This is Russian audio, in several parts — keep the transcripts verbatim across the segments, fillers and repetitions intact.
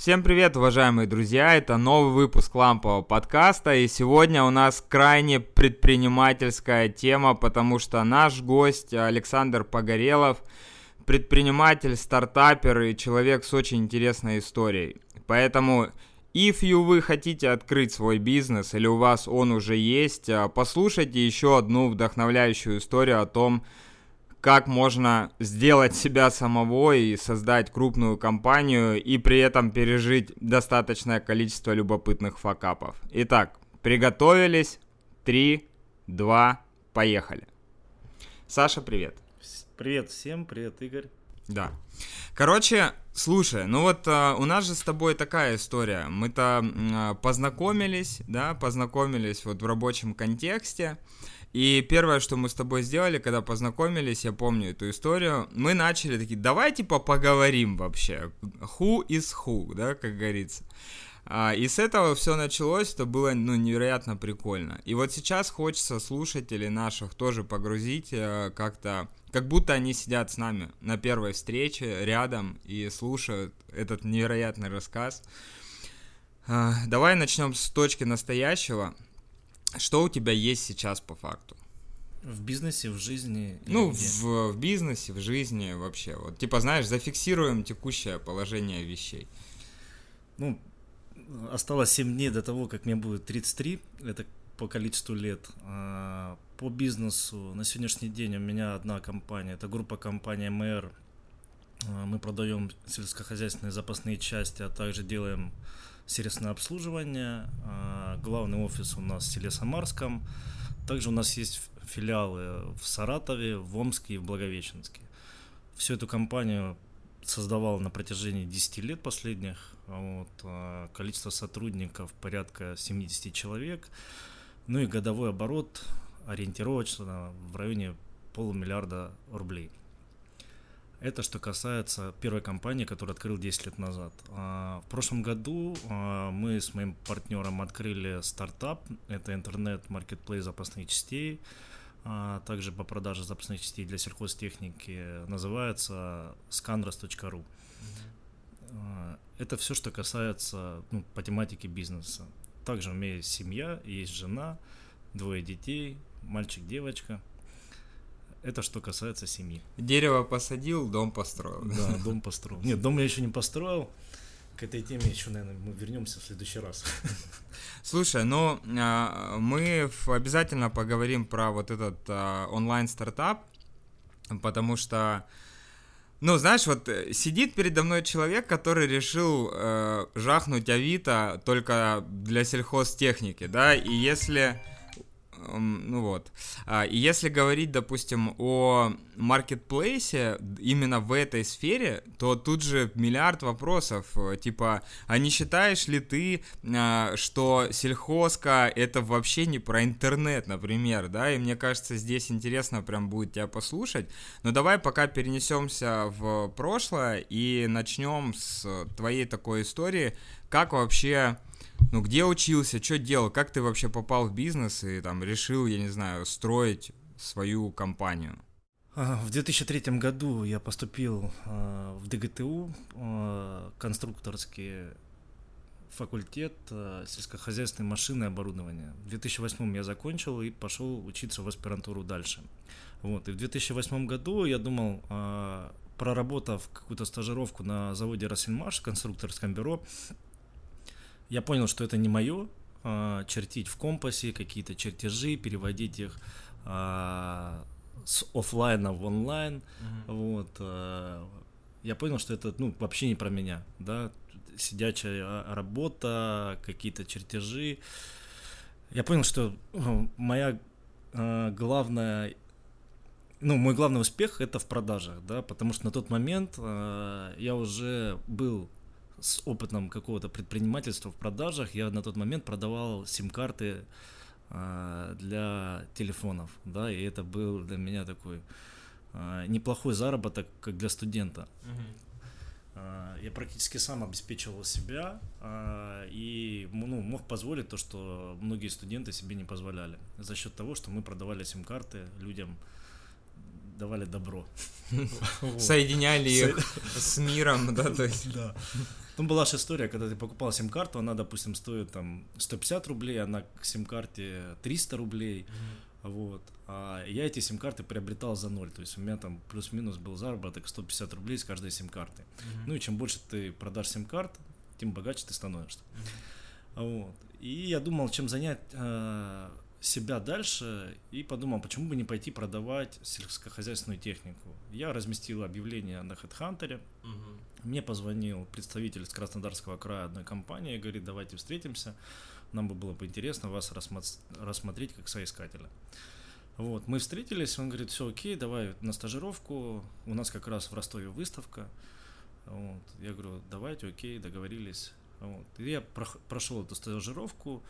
Всем привет, уважаемые друзья, это новый выпуск лампового подкаста, и сегодня у нас крайне предпринимательская тема, потому что наш гость Александр Погорелов, предприниматель, стартапер и человек с очень интересной историей. Поэтому, if you вы хотите открыть свой бизнес или у вас он уже есть, послушайте еще одну вдохновляющую историю о том, как можно сделать себя самого и создать крупную компанию и при этом пережить достаточное количество любопытных факапов. Итак, приготовились. Три, два, поехали. Саша, привет. Привет всем, привет, Игорь. Да. Короче, слушай, ну вот а, у нас же с тобой такая история. Мы-то а, познакомились, да, познакомились вот в рабочем контексте. И первое, что мы с тобой сделали, когда познакомились, я помню эту историю, мы начали такие, давай типа поговорим вообще, who is who, да, как говорится. А, и с этого все началось, это было, ну, невероятно прикольно. И вот сейчас хочется слушателей наших тоже погрузить а, как-то, как будто они сидят с нами на первой встрече рядом и слушают этот невероятный рассказ. А, давай начнем с точки настоящего. Что у тебя есть сейчас по факту? В бизнесе, в жизни? Ну, в, в бизнесе, в жизни вообще. Вот, типа, знаешь, зафиксируем текущее положение вещей. Ну, осталось семь дней до того, как мне будет тридцать три, это по количеству лет. По бизнесу на сегодняшний день у меня одна компания, это группа компаний эм эр. Мы продаем сельскохозяйственные запасные части, а также делаем сервисное обслуживание. Главный офис у нас в селе Самарском. Также у нас есть филиалы в Саратове, в Омске и в Благовещенске. Всю эту компанию создавал на протяжении десяти лет последних. Вот. Количество сотрудников порядка семьдесят человек. Ну и годовой оборот ориентировочно в районе полумиллиарда рублей. Это что касается первой компании, которую открыл десять лет назад. В прошлом году мы с моим партнером открыли стартап. Это интернет-маркетплейс запасных частей, также по продаже запасных частей для сельхозтехники. Называется scanras точка ру. Mm-hmm. Это все, что касается, ну, по тематике бизнеса. Также у меня есть семья, есть жена, двое детей, мальчик, девочка. Это что касается семьи. Дерево посадил, дом построил. Да, дом построил. Нет, дом я еще не построил. К этой теме еще, наверное, мы вернемся в следующий раз. Слушай, ну мы обязательно поговорим про вот этот онлайн-стартап, потому что, ну, знаешь, вот сидит передо мной человек, который решил э, жахнуть Авито только для сельхозтехники, да, и если... Ну вот. И если говорить, допустим, о маркетплейсе именно в этой сфере, то тут же миллиард вопросов. Типа, а не считаешь ли ты, что сельхозка это вообще не про интернет, например, да? И мне кажется, здесь интересно прям будет тебя послушать. Но давай пока перенесемся в прошлое и начнем с твоей такой истории. Как вообще... Ну, где учился, что делал, как ты вообще попал в бизнес и там решил, я не знаю, строить свою компанию? В две тысячи третьем году я поступил в дэ гэ тэ у, конструкторский факультет сельскохозяйственной машины и оборудования. В две тысячи восьмом я закончил и пошел учиться в аспирантуру дальше. Вот. И в две тысячи восьмом году я думал, проработав какую-то стажировку на заводе Россельмаш, конструкторском бюро, я понял, что это не мое, а, чертить в компасе какие-то чертежи, переводить их а, с офлайна в онлайн. Mm-hmm. Вот, а, я понял, что это, ну, вообще не про меня, да, сидячая работа, какие-то чертежи. Я понял, что моя а, главная, ну, мой главный успех это в продажах, да, потому что на тот момент а, я уже был с опытом какого-то предпринимательства в продажах. Я на тот момент продавал сим-карты э, для телефонов, да, и это был для меня такой э, неплохой заработок, как для студента. Uh-huh. Э, я практически сам обеспечивал себя э, и, ну, мог позволить то, что многие студенты себе не позволяли, за счет того, что мы продавали сим-карты людям давали добро. Соединяли их с миром, да, то есть. Да. Там была же история, когда ты покупал сим-карту, она, допустим, стоит там сто пятьдесят рублей, она к сим-карте триста рублей, вот. А я эти сим-карты приобретал за ноль, то есть у меня там плюс-минус был заработок сто пятьдесят рублей с каждой сим-карты. Ну и чем больше ты продашь сим-карт, тем богаче ты становишься. Вот. И я думал, чем занять э, себя дальше, и подумал, почему бы не пойти продавать сельскохозяйственную технику. Я разместил объявление на HeadHunter, uh-huh. Мне позвонил представитель из Краснодарского края одной компании и говорит, давайте встретимся, нам бы было бы интересно вас рассмо- рассмотреть как соискателя. Вот, мы встретились, он говорит, все окей, давай на стажировку, у нас как раз в Ростове выставка. Вот. Я говорю, давайте, окей, договорились. Вот. И я прошел эту стажировку,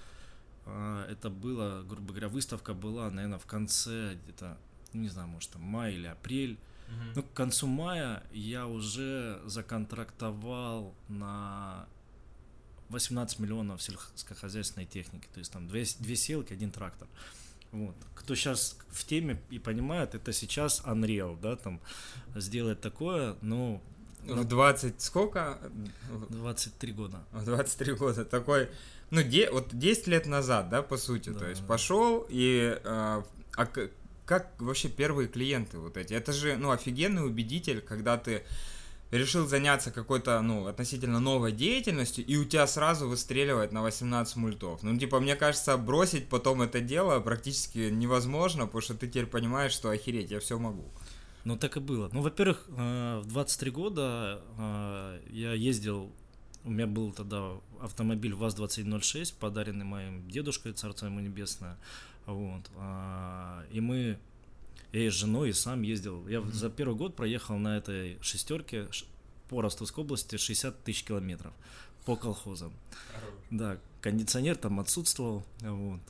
это было, грубо говоря, выставка была, наверное, в конце где-то, не знаю, может там май или апрель. Uh-huh. Ну, к концу мая я уже законтрактовал на восемнадцать миллионов сельскохозяйственной техники, то есть там две, две селки, один трактор. Вот. Кто сейчас в теме и понимает, это сейчас Unreal, да, там сделать такое, ну... В двадцать сколько? двадцать три года. В двадцать три года. Такой, ну, де, вот десять лет назад, да, по сути, да, то есть да. Пошел и... Э, а как вообще первые клиенты вот эти? Это же, ну, офигенный убедитель, когда ты решил заняться какой-то, ну, относительно новой деятельностью, и у тебя сразу выстреливает на восемнадцать мультов. Ну, типа, мне кажется, бросить потом это дело практически невозможно, потому что ты теперь понимаешь, что охереть, я все могу. Ну, так и было. Ну, во-первых, в двадцать три года я ездил, у меня был тогда автомобиль ВАЗ двадцать ноль шесть, подаренный моим дедушкой, царство ему небесное. Вот. И мы, я и с женой, и сам ездил. Я mm-hmm. за первый год проехал на этой шестерке по Ростовской области шестьдесят тысяч километров по колхозам. Хорошо. Да, кондиционер там отсутствовал. Вот.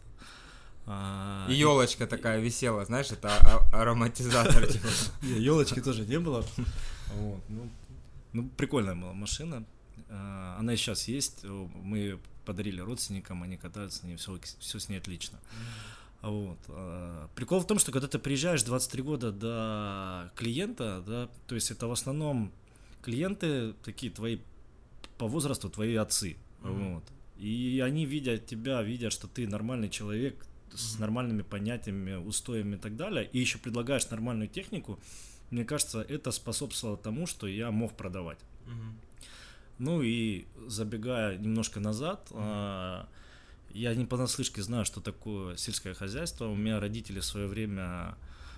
И елочка такая висела, знаешь, это а- ароматизатор. Типа. Елочки тоже не было. Вот. Ну, ну, прикольная была машина. Она и сейчас есть. Мы подарили родственникам, они катаются на ней, все, все с ней отлично. Вот. Прикол в том, что когда ты приезжаешь двадцать три года до клиента, да, то есть это в основном клиенты такие твои по возрасту, твои отцы. Mm-hmm. Вот. И они видят тебя, видят, что ты нормальный человек, с нормальными понятиями, устоями и так далее, и еще предлагаешь нормальную технику, мне кажется, это способствовало тому, что я мог продавать. Uh-huh. Ну и забегая немножко назад, uh-huh. я не понаслышке знаю, что такое сельское хозяйство. У меня родители в свое время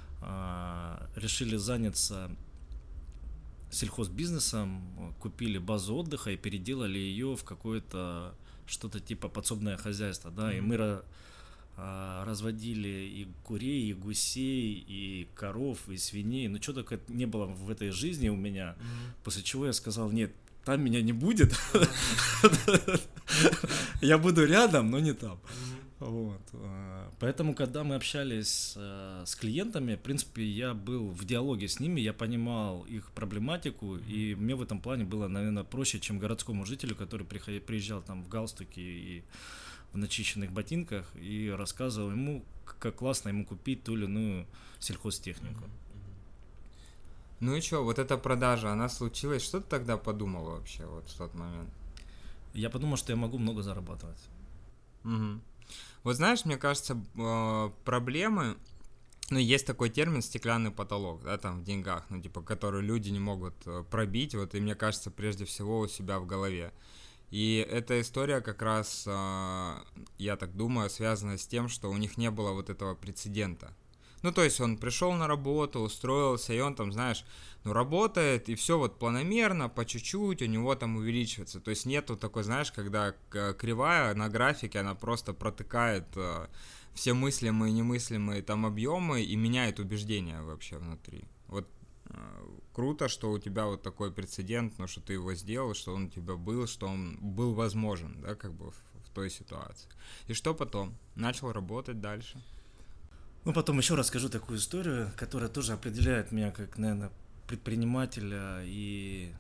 решили заняться сельхозбизнесом, купили базу отдыха и переделали ее в какое-то что-то типа подсобное хозяйство, да, uh-huh. и мы разводили и курей, и гусей, и коров, и свиней, но что только не было в этой жизни у меня, mm-hmm. после чего я сказал, нет, там меня не будет, я буду рядом, но не там. Вот. Поэтому, когда мы общались с клиентами, в принципе, я был в диалоге с ними, я понимал их проблематику, и мне в этом плане было, наверное, проще, чем городскому жителю, который приезжал там в галстуке и в начищенных ботинках и рассказывал ему, как классно ему купить ту или иную сельхозтехнику. Ну и что, вот эта продажа, она случилась, что ты тогда подумал вообще вот в тот момент? Я подумал, что я могу много зарабатывать. Угу. Вот знаешь, мне кажется, проблемы, ну есть такой термин стеклянный потолок, да, там в деньгах, ну типа, который люди не могут пробить, вот, и мне кажется, прежде всего у себя в голове. И эта история как раз, я так думаю, связана с тем, что у них не было вот этого прецедента. Ну, то есть он пришел на работу, устроился, и он там, знаешь, ну, работает, и все вот планомерно, по чуть-чуть у него там увеличивается. То есть нету такой, знаешь, когда кривая на графике, она просто протыкает все мыслимые и немыслимые там объемы и меняет убеждения вообще внутри. Вот круто, что у тебя вот такой прецедент, ну, что ты его сделал, что он у тебя был, что он был возможен, да, как бы в, в той ситуации. И что потом? Начал работать дальше? Ну, потом еще расскажу такую историю, которая тоже определяет меня как, наверное, предпринимателя и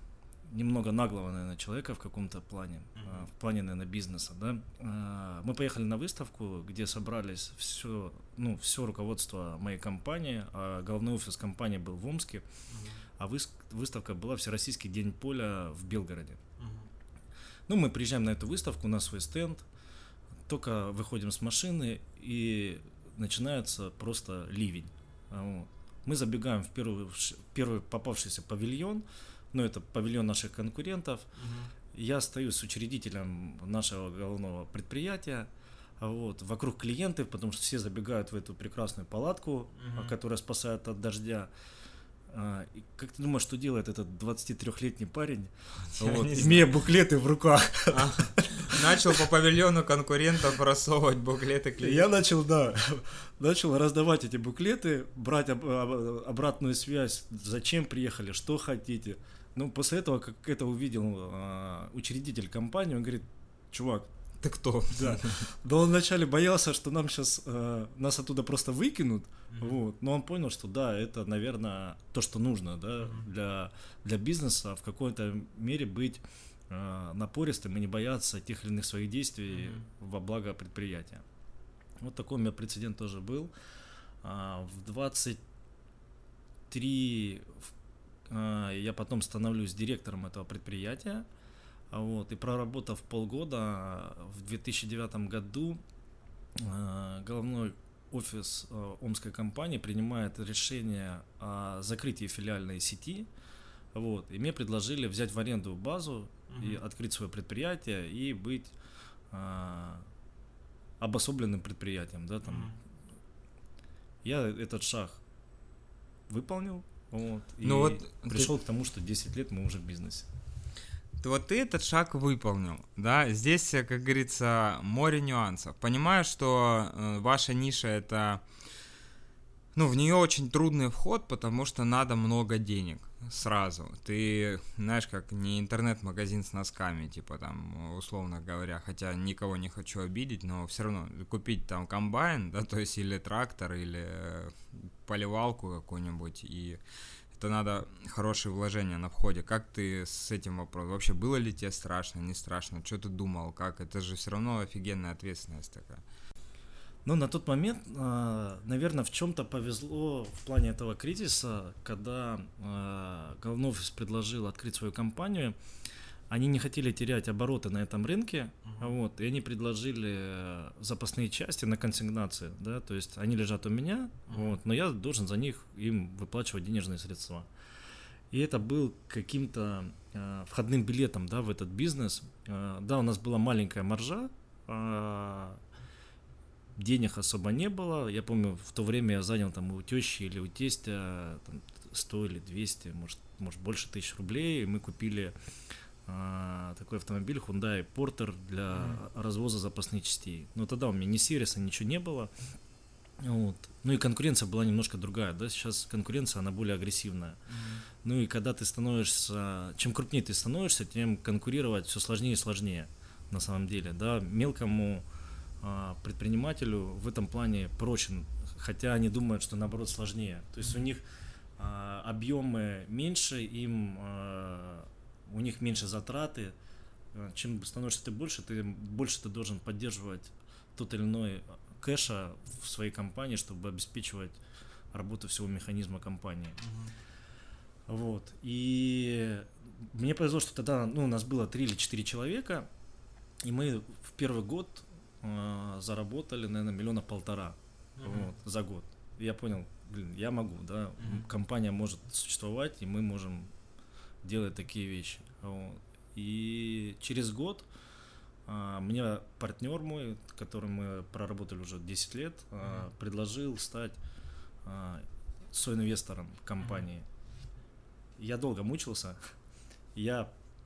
немного наглого, наверное, человека в каком-то плане, uh-huh. в плане, наверное, бизнеса, да. Мы поехали на выставку, где собрались все, ну, все руководство моей компании, а головной офис компании был в Омске, uh-huh. а выставка была Всероссийский день поля в Белгороде. Uh-huh. Ну, мы приезжаем на эту выставку, у нас свой стенд, только выходим с машины, и начинается просто ливень. Вот. Мы забегаем в первый, в первый попавшийся павильон, ну, это павильон наших конкурентов. Uh-huh. Я стою с учредителем нашего головного предприятия, вот, вокруг клиенты, потому что все забегают в эту прекрасную палатку, uh-huh. которая спасает от дождя. И как ты думаешь, что делает этот двадцатитрёхлетний парень, вот, имея буклеты в руках? А, начал по павильону конкурентов рассовывать буклеты клиентов. Я начал, да, начал раздавать эти буклеты, брать об, об, обратную связь, зачем приехали, что хотите. Ну, после этого, как это увидел а, учредитель компании, он говорит: чувак, ты кто? Да. Да, он вначале боялся, что нам сейчас э, нас оттуда просто выкинут, mm-hmm. вот. Но он понял, что да, это, наверное, то, что нужно, да, mm-hmm. для, для бизнеса в какой-то мере быть э, напористым и не бояться тех или иных своих действий mm-hmm. во благо предприятия. Вот такой у меня прецедент тоже был. А, в двадцать три а, я потом становлюсь директором этого предприятия. Вот, и проработав полгода, в две тысячи девятом году э, головной офис э, омской компании принимает решение о закрытии филиальной сети. Вот, и мне предложили взять в аренду базу uh-huh. и открыть свое предприятие и быть э, обособленным предприятием. Да, там. Uh-huh. Я этот шаг выполнил, вот, и ну вот пришел ты... к тому, что десять лет мы уже в бизнесе. Вот ты этот шаг выполнил, да, здесь, как говорится, море нюансов. Понимаю, что э, ваша ниша это, ну, в нее очень трудный вход, потому что надо много денег сразу. Ты, знаешь, как не интернет-магазин с носками, типа там, условно говоря, хотя никого не хочу обидеть, но все равно купить там комбайн, да, то есть или трактор, или поливалку какую-нибудь, и это надо хорошие вложения на входе. Как ты с этим вопросом? Вообще, было ли тебе страшно, не страшно? Что ты думал? Как? Это же все равно офигенная ответственность такая. Ну, на тот момент, наверное, в чем-то повезло в плане этого кризиса, когда головной офис предложил открыть свою компанию. Они не хотели терять обороты на этом рынке, uh-huh. вот, и они предложили запасные части на консигнацию, да, то есть они лежат у меня, uh-huh. вот, но я должен за них им выплачивать денежные средства. И это был каким-то э, входным билетом, да, в этот бизнес. Э, да, у нас была маленькая маржа, э, денег особо не было. Я помню, в то время я занял там у тещи или у тестя там, сто или двести, может, может больше тысяч рублей, и мы купили такой автомобиль Hyundai Porter для mm. развоза запасных частей. Но тогда у меня ни сервиса, ничего не было. Вот. Ну и конкуренция была немножко другая, да, сейчас конкуренция, она более агрессивная. Mm. Ну и когда ты становишься, чем крупнее ты становишься, тем конкурировать все сложнее и сложнее на самом деле, да. Мелкому а, предпринимателю в этом плане проще, хотя они думают, что наоборот сложнее. То есть mm. у них а, объемы меньше, им а, у них меньше затраты. Чем становишься ты больше, ты больше ты должен поддерживать тот или иной кэша в своей компании, чтобы обеспечивать работу всего механизма компании. Uh-huh. Вот. И мне повезло, что тогда, ну, у нас было три или четыре человека, и мы в первый год э, заработали, наверное, миллиона полтора uh-huh. вот, за год. И я понял, блин, я могу, да, uh-huh. компания может существовать, и мы можем делать такие вещи. Вот. И через год а, мне партнер мой, которым мы проработали уже десять лет, а, mm-hmm. предложил стать а, соинвестором компании. Mm-hmm. Я долго мучился. Я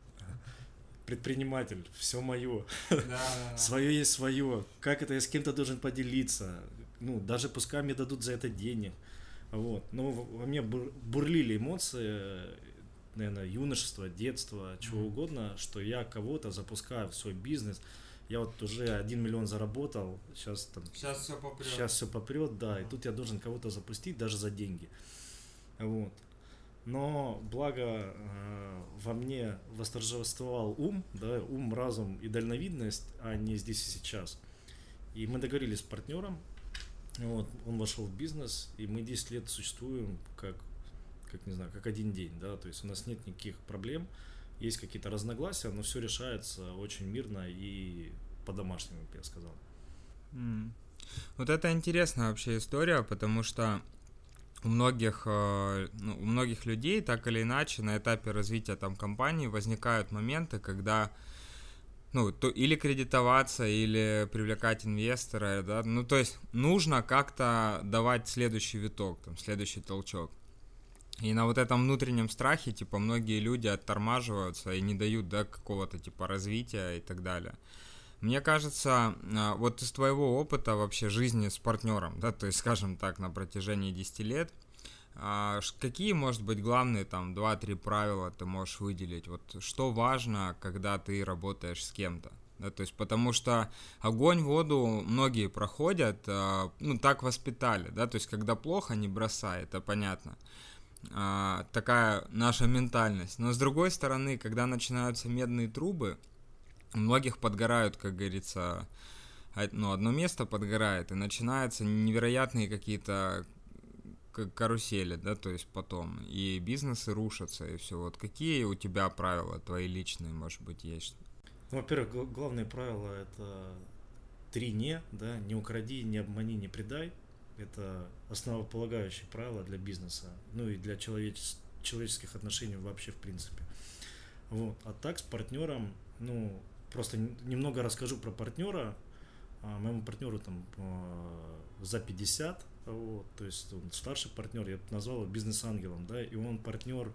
предприниматель, все мое. Свое есть свое. Как это я с кем-то должен поделиться? Ну, даже пускай мне дадут за это денег. Вот. Но во мне бур- бурлили эмоции, наверное, юношество, детство, чего mm-hmm. угодно, что я кого-то запускаю в свой бизнес. Я вот уже один миллион заработал, сейчас там... Сейчас все попрет. Сейчас все попрет, да, mm-hmm. и тут я должен кого-то запустить даже за деньги. Вот. Но благо э, во мне восторжествовал ум, да, ум, разум и дальновидность, а не здесь и сейчас. И мы договорились с партнером, вот, он вошел в бизнес, и мы десять лет существуем как, как, не знаю, как один день, да, то есть у нас нет никаких проблем, есть какие-то разногласия, но все решается очень мирно и по-домашнему, я сказал. Mm. Вот это интересная вообще история, потому что у многих, ну, у многих людей так или иначе на этапе развития там компании возникают моменты, когда ну, то или кредитоваться, или привлекать инвестора, да, ну, то есть нужно как-то давать следующий виток, там, следующий толчок. И на вот этом внутреннем страхе, типа, многие люди оттормаживаются и не дают, да, какого-то, типа, развития и так далее. Мне кажется, вот из твоего опыта вообще жизни с партнером, да, то есть, скажем так, на протяжении десяти лет, какие, может быть, главные там два-три правила ты можешь выделить? Вот что важно, когда ты работаешь с кем-то? Да, то есть, потому что огонь, воду многие проходят, ну, так воспитали, да, то есть, когда плохо, не бросай, это понятно. Такая наша ментальность. Но с другой стороны, когда начинаются медные трубы, у многих подгорают, как говорится, ну, одно место подгорает, и начинаются невероятные какие-то карусели, да, то есть потом, и бизнесы рушатся, и все. Вот какие у тебя правила твои личные, может быть, есть? Ну, во-первых, г- главное правило это три не, да, не укради, не обмани, не предай. Это основополагающее правило для бизнеса, ну и для человечес- человеческих отношений вообще в принципе. Вот. А так с партнером, ну, просто немного расскажу про партнера. А, моему партнеру там а, за пятьдесят, вот, то есть он старший партнер, я назвал его бизнес-ангелом, да, и он партнер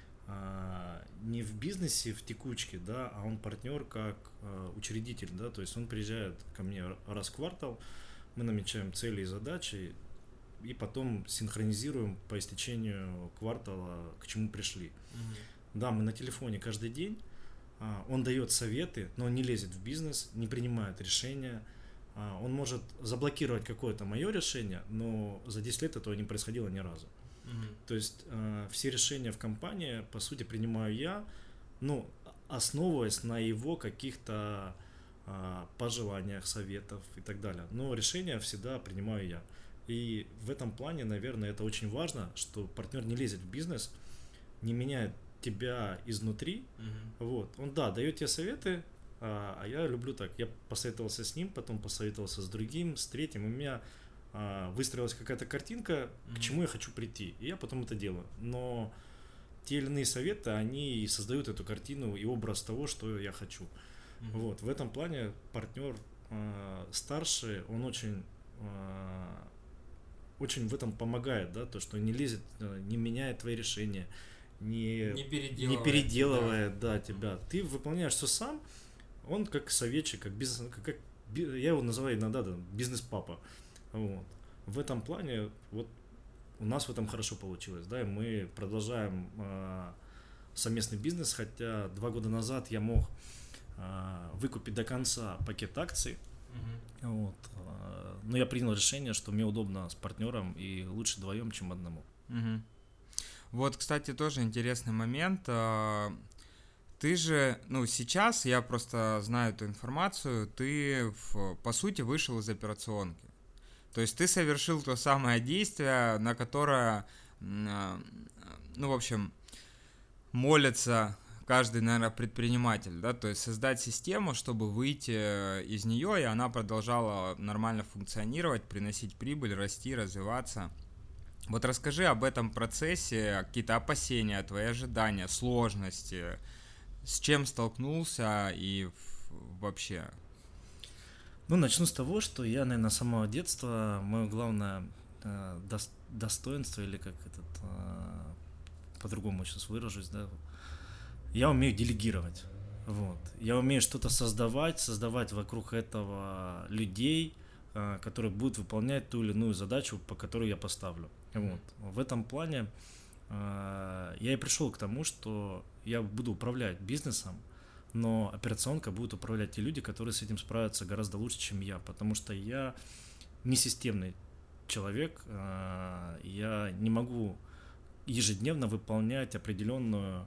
а, не в бизнесе, в текучке, да, а он партнер как а, учредитель, да, то есть он приезжает ко мне раз в квартал, мы намечаем цели и задачи, и потом синхронизируем по истечению квартала, к чему пришли. Mm-hmm. Да, мы на телефоне каждый день, а, он дает советы, но он не лезет в бизнес, не принимает решения. Он может заблокировать какое-то мое решение, но за десять лет этого не происходило ни разу. Mm-hmm. То есть э, все решения в компании, по сути, принимаю я, ну, основываясь на его каких-то э, пожеланиях, советах и так далее. Но решения всегда принимаю я. И в этом плане, наверное, это очень важно, что партнер не лезет в бизнес, не меняет тебя изнутри. Mm-hmm. Вот. Он, да, дает тебе советы, а я люблю так, я посоветовался с ним, потом посоветовался с другим, с третьим, и у меня а, выстроилась какая-то картинка, mm-hmm. к чему я хочу прийти, и я потом это делаю. Но те или иные советы, они создают эту картину и образ того, что я хочу. Mm-hmm. Вот, в этом плане партнер а, старший, он очень, а, очень в этом помогает, да, то, что не лезет, не меняет твои решения, не, не переделывает, не переделывает тебя. Да, тебя. Ты выполняешь все сам. Он как советчик, как бизнес, как, как я его называю иногда да, бизнес-папа. Вот. В этом плане вот у нас в этом хорошо получилось, да, и мы продолжаем э, совместный бизнес, хотя два года назад я мог э, выкупить до конца пакет акций, mm-hmm. вот, э, но я принял решение, что мне удобно с партнером и лучше вдвоем, чем одному. Mm-hmm. Вот, кстати, тоже интересный момент. Ты же, ну, сейчас, я просто знаю эту информацию, ты, в, по сути, вышел из операционки. То есть ты совершил то самое действие, на которое, ну, в общем, молится каждый, наверное, предприниматель, да, то есть создать систему, чтобы выйти из нее, и она продолжала нормально функционировать, приносить прибыль, расти, развиваться. Вот расскажи об этом процессе, какие-то опасения, твои ожидания, сложности, с чем столкнулся и вообще? Ну, начну с того, что я, наверное, с самого детства, мое главное э, до, достоинство, или как этот, э, по-другому сейчас выражусь, да, я умею делегировать. Вот. Я умею что-то создавать, создавать вокруг этого людей, э, которые будут выполнять ту или иную задачу, по которой я поставлю. Вот. В этом плане э, я и пришел к тому, что я буду управлять бизнесом, но операционка будет управлять те люди, которые с этим справятся гораздо лучше, чем я, потому что я не системный человек, я не могу ежедневно выполнять определенную,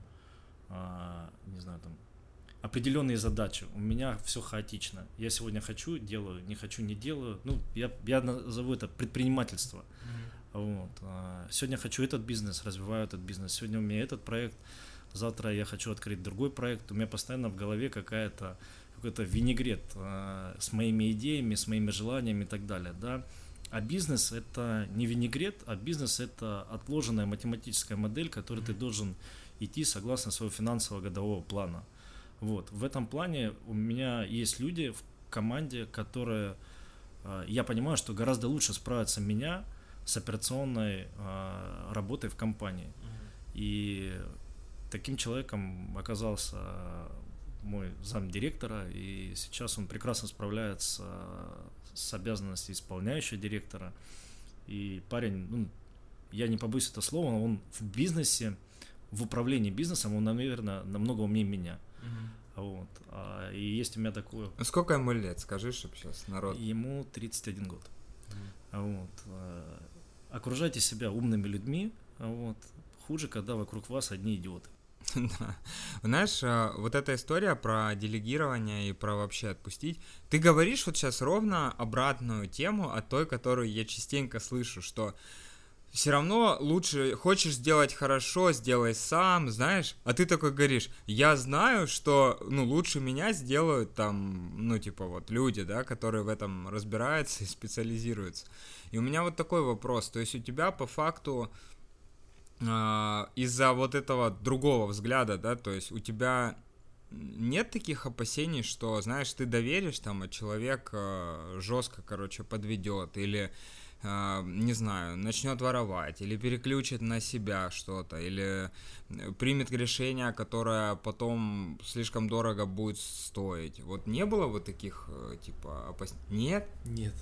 а, не знаю, там, определенные задачи. У меня все хаотично. Я сегодня хочу, делаю, не хочу, не делаю. Ну, я, я назову это предпринимательство. Mm-hmm. Вот. А, сегодня хочу этот бизнес, развиваю этот бизнес. Сегодня у меня этот проект, завтра я хочу открыть другой проект. У меня постоянно в голове какая-то, какой-то винегрет а, с моими идеями, с моими желаниями и так далее. Да? А бизнес – это не винегрет, а бизнес – это отложенная математическая модель, которой mm-hmm. ты должен идти согласно своего финансового годового плана. Вот. В этом плане у меня есть люди в команде, которые, э, я понимаю, что гораздо лучше справятся меня с операционной э, работой в компании. Mm-hmm. И таким человеком оказался мой замдиректора, и сейчас он прекрасно справляется с обязанностью исполняющего директора. И парень, ну, я не побоюсь этого слова, он в бизнесе, в управлении бизнесом, он, наверное, намного умнее меня. Uh-huh. Вот. А, и есть у меня такое... Сколько ему лет, скажи, чтобы сейчас народ... Ему тридцать один год. Uh-huh. Вот. А, окружайте себя умными людьми, вот. Хуже, когда вокруг вас одни идиоты. Да. Знаешь, вот эта история про делегирование и про вообще отпустить, ты говоришь вот сейчас ровно обратную тему от той, которую я частенько слышу, что все равно лучше, хочешь сделать хорошо, сделай сам, знаешь, а ты такой говоришь, я знаю, что, ну, лучше меня сделают там, ну, типа вот люди, да, которые в этом разбираются и специализируются. И у меня вот такой вопрос, то есть у тебя по факту э, из-за вот этого другого взгляда, да, то есть у тебя нет таких опасений, что, знаешь, ты доверишь там, а человек э, жестко, короче, подведет или... не знаю, начнет воровать, или переключит на себя что-то, или примет решение, которое потом слишком дорого будет стоить. Вот не было вот таких, типа, опас... Нет? Нет.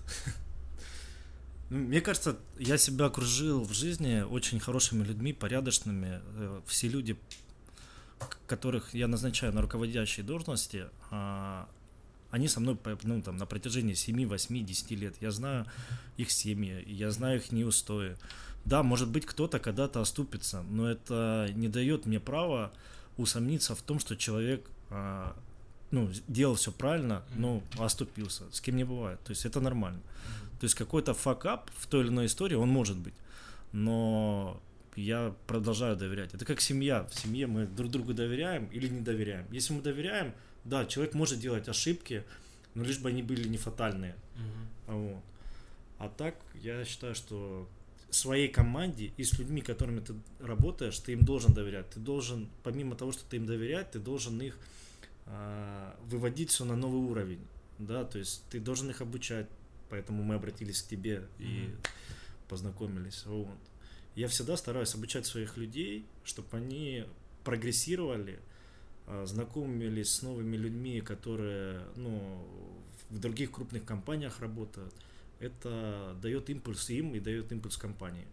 Мне кажется, я себя окружил в жизни очень хорошими людьми, порядочными. Все люди, которых я назначаю на руководящие должности, они со мной, ну, там, на протяжении семь, восемь, десять лет. Я знаю их семьи, я знаю их неустои. Да, может быть, кто-то когда-то оступится, но это не дает мне права усомниться в том, что человек, ну, делал все правильно, но оступился. С кем не бывает. То есть это нормально. То есть какой-то факап в той или иной истории, он может быть. Но я продолжаю доверять. Это как семья. В семье мы друг другу доверяем или не доверяем. Если мы доверяем, да, человек может делать ошибки, но лишь бы они были не фатальные. Uh-huh. Вот. А так, я считаю, что своей команде и с людьми, которыми ты работаешь, ты им должен доверять. Ты должен, помимо того, что ты им доверять, ты должен их э, выводить все на новый уровень. Да? То есть ты должен их обучать, поэтому мы обратились к тебе uh-huh. и познакомились. Вот. Я всегда стараюсь обучать своих людей, чтобы они прогрессировали, знакомились с новыми людьми, которые, ну, в других крупных компаниях работают. Это дает импульс им и дает импульс компании.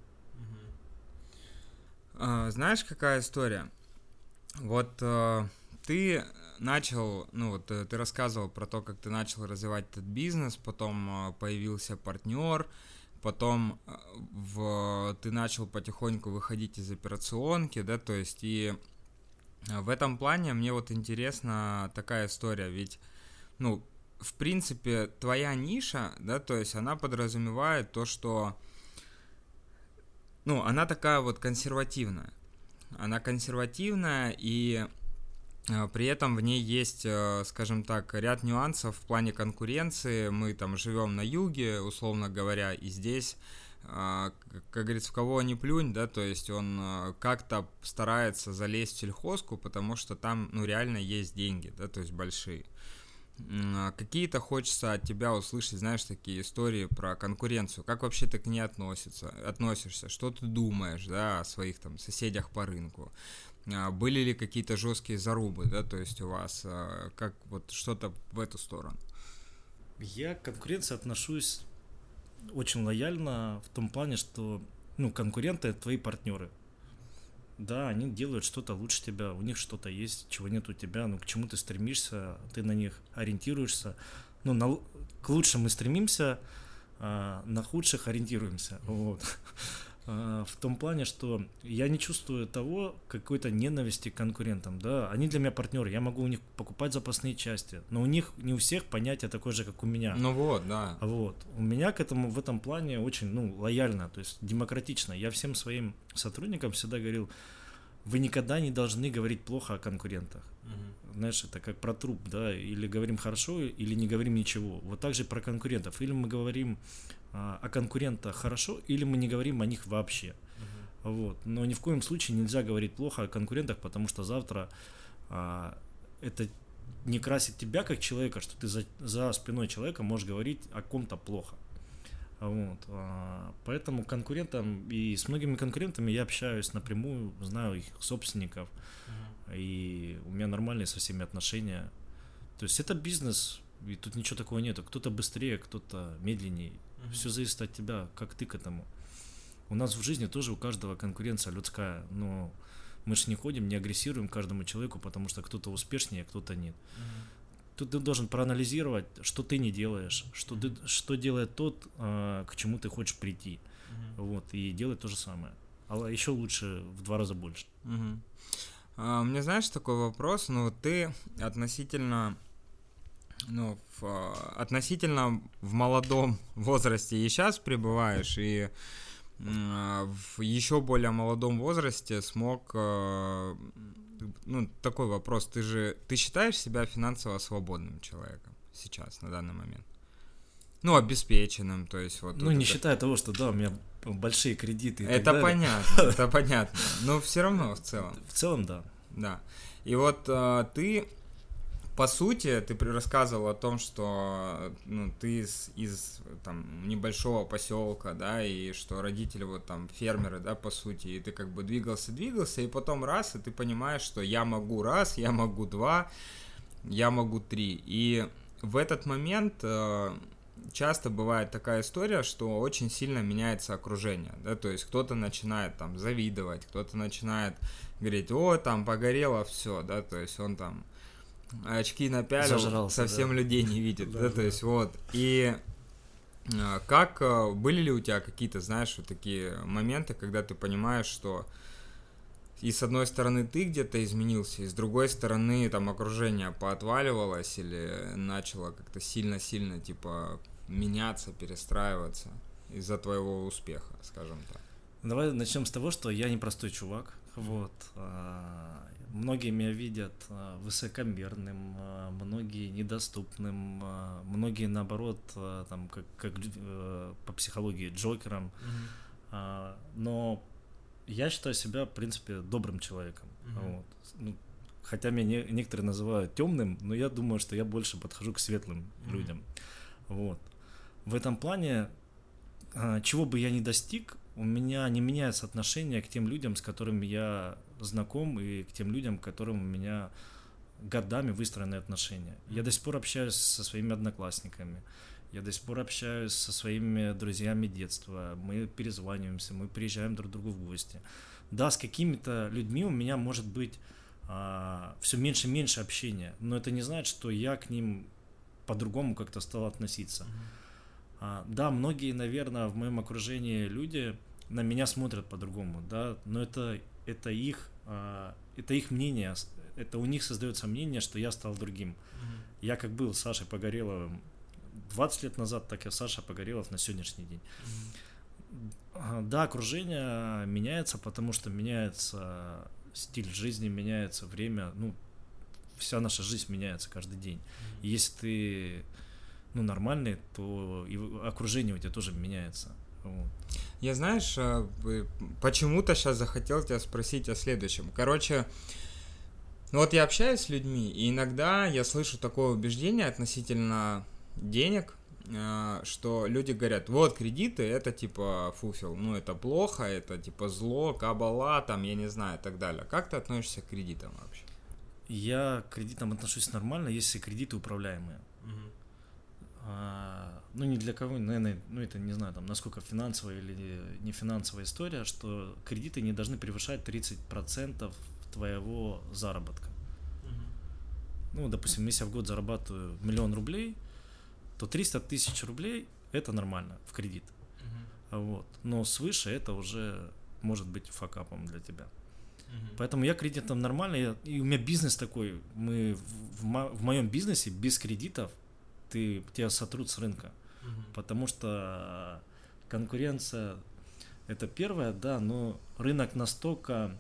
А, знаешь, какая история? Вот а, ты начал, ну вот ты рассказывал про то, как ты начал развивать этот бизнес, потом появился партнер, потом в, ты начал потихоньку выходить из операционки, да, то есть и в этом плане мне вот интересна такая история, ведь, ну, в принципе, твоя ниша, да, то есть она подразумевает то, что, ну, она такая вот консервативная, она консервативная, и э, при этом в ней есть, э, скажем так, ряд нюансов в плане конкуренции, мы там живем на юге, условно говоря, и здесь... как говорится, в кого ни плюнь, да, то есть он как-то старается залезть в сельхозку, потому что там, ну, реально есть деньги, да, то есть большие. Какие-то хочется от тебя услышать, знаешь, такие истории про конкуренцию, как вообще ты к ней относишься, относишься, что ты думаешь, да, о своих там соседях по рынку, были ли какие-то жесткие зарубы, да, то есть у вас, как вот что-то в эту сторону? Я к конкуренции отношусь очень лояльно в том плане, что, ну, конкуренты — это твои партнеры. Да, они делают что-то лучше тебя, у них что-то есть, чего нет у тебя, ну, к чему ты стремишься, ты на них ориентируешься. Ну, на, к лучшим мы стремимся, а на худших ориентируемся. Вот. В том плане, что я не чувствую того какой-то ненависти к конкурентам, да, они для меня партнеры, я могу у них покупать запасные части, но у них не у всех понятие такое же, как у меня. Ну вот, да. Вот, у меня к этому в этом плане очень, ну, лояльно, то есть демократично. Я всем своим сотрудникам всегда говорил, вы никогда не должны говорить плохо о конкурентах. Uh-huh. Знаешь, это как про труп, да, или говорим хорошо, или не говорим ничего. Вот так же про конкурентов. Или мы говорим а, о конкурентах хорошо, или мы не говорим о них вообще. Uh-huh. Вот. Но ни в коем случае нельзя говорить плохо о конкурентах, потому что завтра а, это не красит тебя как человека, что ты за, за спиной человека можешь говорить о ком-то плохо. Вот. Поэтому конкурентам и с многими конкурентами я общаюсь напрямую, знаю их собственников, uh-huh. и у меня нормальные со всеми отношения. То есть это бизнес, и тут ничего такого нету. Кто-то быстрее, кто-то медленнее. Uh-huh. Все зависит от тебя, как ты к этому. У нас в жизни тоже у каждого конкуренция людская, но мы же не ходим, не агрессируем каждому человеку, потому что кто-то успешнее, кто-то нет. Uh-huh. Тут ты должен проанализировать, что ты не делаешь, что, ты, что делает тот, а, к чему ты хочешь прийти. Uh-huh. Вот, и делать то же самое. А еще лучше в два раза больше. Uh-huh. А, у меня, знаешь, такой вопрос. Ну, ты относительно, ну, в, относительно в молодом возрасте и сейчас пребываешь, и а, в еще более молодом возрасте смог... А, ну, такой вопрос, ты же, ты считаешь себя финансово свободным человеком сейчас, на данный момент? Ну, обеспеченным, то есть вот... Ну, вот не это... считая того, что, да, у меня большие кредиты и это так далее. понятно, это понятно, но все равно в целом. В целом, да. Да, и вот а, ты, по сути, ты рассказывал о том, что, ну, ты из, из там, небольшого поселка, да, и что родители вот там фермеры, да, по сути, и ты как бы двигался, двигался, и потом раз, и ты понимаешь, что я могу раз, я могу два, я могу три. И в этот момент э, часто бывает такая история, что очень сильно меняется окружение, да, то есть кто-то начинает там завидовать, кто-то начинает говорить, о, там погорело все, да, то есть он там очки напялил, зажрался, совсем да. людей не видит, да, да, то да. есть вот, и как, были ли у тебя какие-то, знаешь, вот такие моменты, когда ты понимаешь, что и с одной стороны ты где-то изменился, и с другой стороны там окружение поотваливалось или начало как-то сильно-сильно, типа, меняться, перестраиваться из-за твоего успеха, скажем так? Давай начнем с того, что я непростой чувак, вот. Многие меня видят высокомерным, многие недоступным, многие наоборот, там, как, как по психологии, джокером. Mm-hmm. Но я считаю себя, в принципе, добрым человеком. Mm-hmm. Вот. Ну, хотя меня не, некоторые называют темным, но я думаю, что я больше подхожу к светлым mm-hmm. людям. Вот. В этом плане, чего бы я ни достиг, у меня не меняется отношение к тем людям, с которыми я знаком, и к тем людям, к которым у меня годами выстроены отношения. Я до сих пор общаюсь со своими одноклассниками, я до сих пор общаюсь со своими друзьями детства, мы перезваниваемся, мы приезжаем друг к другу в гости. Да, с какими-то людьми у меня может быть а, все меньше и меньше общения, но это не значит, что я к ним по-другому как-то стал относиться. Mm-hmm. А, да, многие, наверное, в моем окружении люди на меня смотрят по-другому, да, но это, это, их, а, это их мнение, это у них создается мнение, что я стал другим. Mm-hmm. Я как был Сашей Погореловым двадцать лет назад, так и Саша Погорелов на сегодняшний день. Mm-hmm. Да, окружение меняется, потому что меняется стиль жизни, меняется время, ну, вся наша жизнь меняется каждый день. Mm-hmm. И если ты, ну, нормальный, то и окружение у тебя тоже меняется. Вот. Я, знаешь, почему-то сейчас захотел тебя спросить о следующем. Короче, ну вот я общаюсь с людьми, и иногда я слышу такое убеждение относительно денег, что люди говорят, вот кредиты, это типа фуфел, ну это плохо, это типа зло, кабала, там, я не знаю, и так далее. Как ты относишься к кредитам вообще? Я к кредитам отношусь нормально, если кредиты управляемые. Угу. А, ну, не для кого, наверное, ну, это не знаю, там, насколько финансовая или не финансовая история, что кредиты не должны превышать тридцать процентов твоего заработка. Угу. Ну, допустим, если я в год зарабатываю миллион рублей, то триста тысяч рублей – это нормально в кредит. Угу. Вот. Но свыше это уже может быть факапом для тебя. Мгм. Поэтому я кредитом нормально, я- и у меня бизнес такой, мы в, в мо- в моем бизнесе без кредитов ты, тебя сотрут с рынка, Мгм. потому что конкуренция это первое, да, но рынок настолько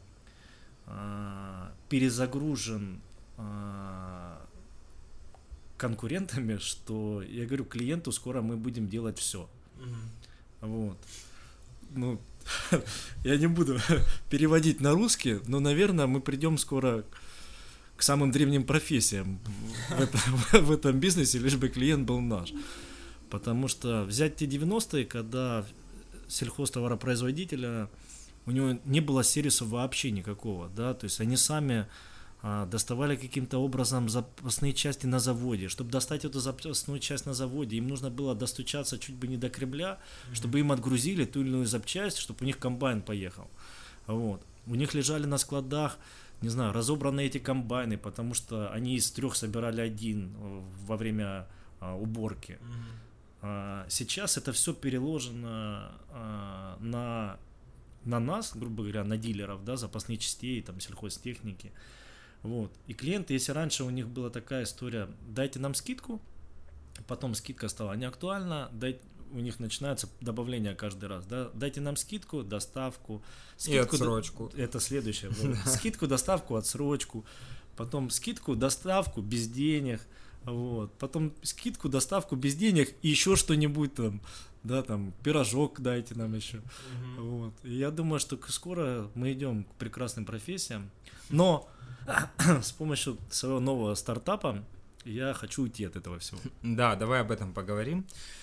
а, перезагружен а, конкурентами, что я говорю клиенту, скоро мы будем делать все. Мгм. Вот. Ну, я не буду переводить на русский, но, наверное, мы придем скоро к самым древним профессиям в этом, в этом бизнесе, лишь бы клиент был наш. Потому что взять те девяностые, когда сельхозтоваропроизводителя, у него не было сервиса вообще никакого, да, то есть они сами а, доставали каким-то образом запасные части на заводе. Чтобы достать эту запасную часть на заводе, им нужно было достучаться чуть бы не до Кремля, mm-hmm. чтобы им отгрузили ту или иную запчасть, чтобы у них комбайн поехал. Вот. У них лежали на складах, не знаю, разобраны эти комбайны, потому что они из трех собирали один во время а, уборки. Mm-hmm. А, сейчас это все переложено а, на, на нас, грубо говоря, на дилеров, да, запасных частей, там, сельхозтехники. Вот. И клиенты, если раньше у них была такая история, дайте нам скидку, потом скидка стала неактуальна, дайте, у них начинается добавление каждый раз, да, дайте нам скидку, доставку, скидку, и отсрочку. До... Это следующее. Скидку, доставку, отсрочку, потом скидку, доставку без денег, вот, потом скидку, доставку без денег и еще что-нибудь там, да, там, пирожок дайте нам еще. Mm-hmm. Вот. И я думаю, что скоро мы идем к прекрасным профессиям, но с помощью своего нового стартапа я хочу уйти от этого всего. Да, давай об этом поговорим.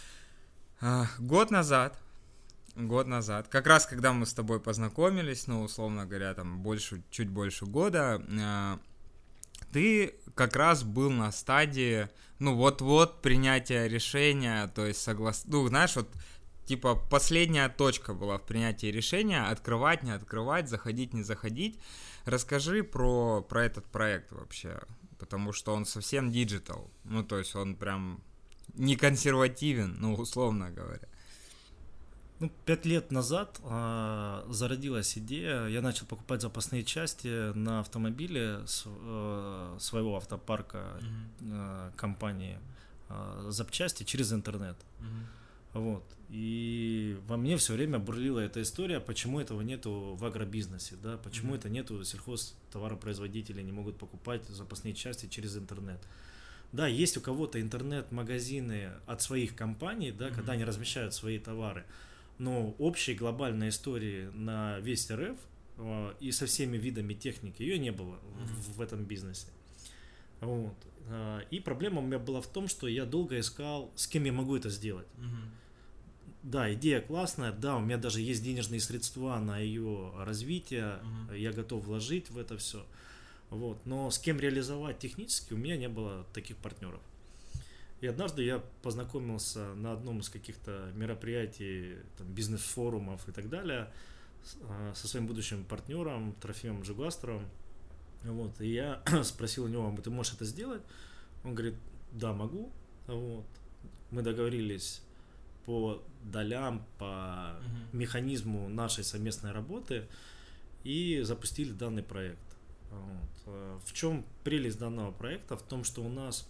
А, год назад, год назад, как раз когда мы с тобой познакомились, ну, условно говоря, там, больше, чуть больше года, а, ты как раз был на стадии, ну, вот-вот принятия решения, то есть соглас... Ну, знаешь, вот, типа, последняя точка была в принятии решения, открывать, не открывать, заходить, не заходить. Расскажи про, про этот проект вообще, потому что он совсем диджитал, ну, то есть он прям не консервативен, ну, условно говоря. Ну, пять лет назад э, зародилась идея, я начал покупать запасные части на автомобиле с, э, своего автопарка mm-hmm. э, компании э, запчасти через интернет. Mm-hmm. Вот. И во мне все время бурлила эта история, почему этого нету в агробизнесе, да, почему mm-hmm. это нету, сельхозтоваропроизводители не могут покупать запасные части через интернет. Да, есть у кого-то интернет-магазины от своих компаний, да, mm-hmm. когда они размещают свои товары, но общей глобальной истории на весь РФ э, и со всеми видами техники ее не было mm-hmm. в, в этом бизнесе. Вот. Э, и проблема у меня была в том, что я долго искал, с кем я могу это сделать. Mm-hmm. Да, идея классная, да, у меня даже есть денежные средства на ее развитие, mm-hmm. я готов вложить в это все. Вот. Но с кем реализовать технически у меня не было таких партнеров. И однажды я познакомился на одном из каких-то мероприятий, там, бизнес-форумов и так далее со своим будущим партнером Трофимом Джигастером. Вот. И я спросил у него, ты можешь это сделать? Он говорит, да, могу. Вот. Мы договорились по долям, по uh-huh. механизму нашей совместной работы и запустили данный проект. Вот. В чем прелесть данного проекта? В том, что у нас,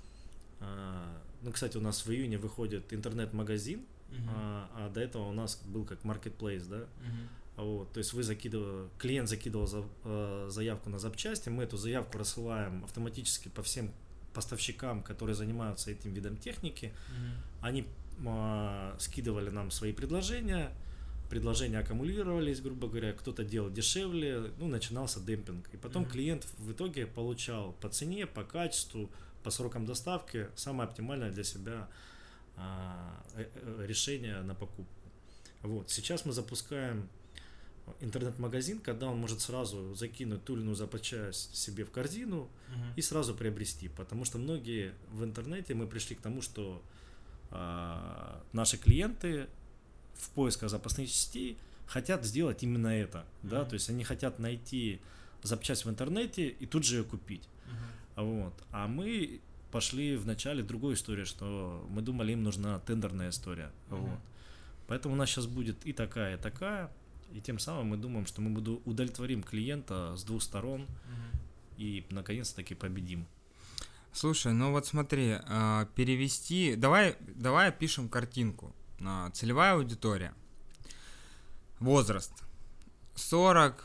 ну, кстати, у нас в июне выходит интернет-магазин, uh-huh. а, а до этого у нас был как marketplace, да? Uh-huh. Вот. То есть вы закидывали, клиент закидывал за, заявку на запчасти, мы эту заявку рассылаем автоматически по всем поставщикам, которые занимаются этим видом техники. Uh-huh. Они а, скидывали нам свои предложения. Предложения аккумулировались, грубо говоря, кто-то делал дешевле, ну, начинался демпинг. И потом mm-hmm. клиент в итоге получал по цене, по качеству, по срокам доставки самое оптимальное для себя а, решение на покупку. Вот. Сейчас мы запускаем интернет-магазин, когда он может сразу закинуть ту или иную запчасть себе в корзину mm-hmm. и сразу приобрести. Потому что многие в интернете, мы пришли к тому, что а, наши клиенты в поисках запасных частей хотят сделать именно это, mm-hmm. да, то есть они хотят найти запчасть в интернете и тут же ее купить, mm-hmm. вот, а мы пошли в начале другой истории, что мы думали, им нужна тендерная история, mm-hmm. вот, Поэтому у нас сейчас будет и такая, и такая. И тем самым мы думаем, что мы буду удовлетворим клиента с двух сторон угу. и наконец-таки победим. Слушай, ну вот смотри, перевести... Давай, давай опишем картинку. Целевая аудитория. Возраст. сорок.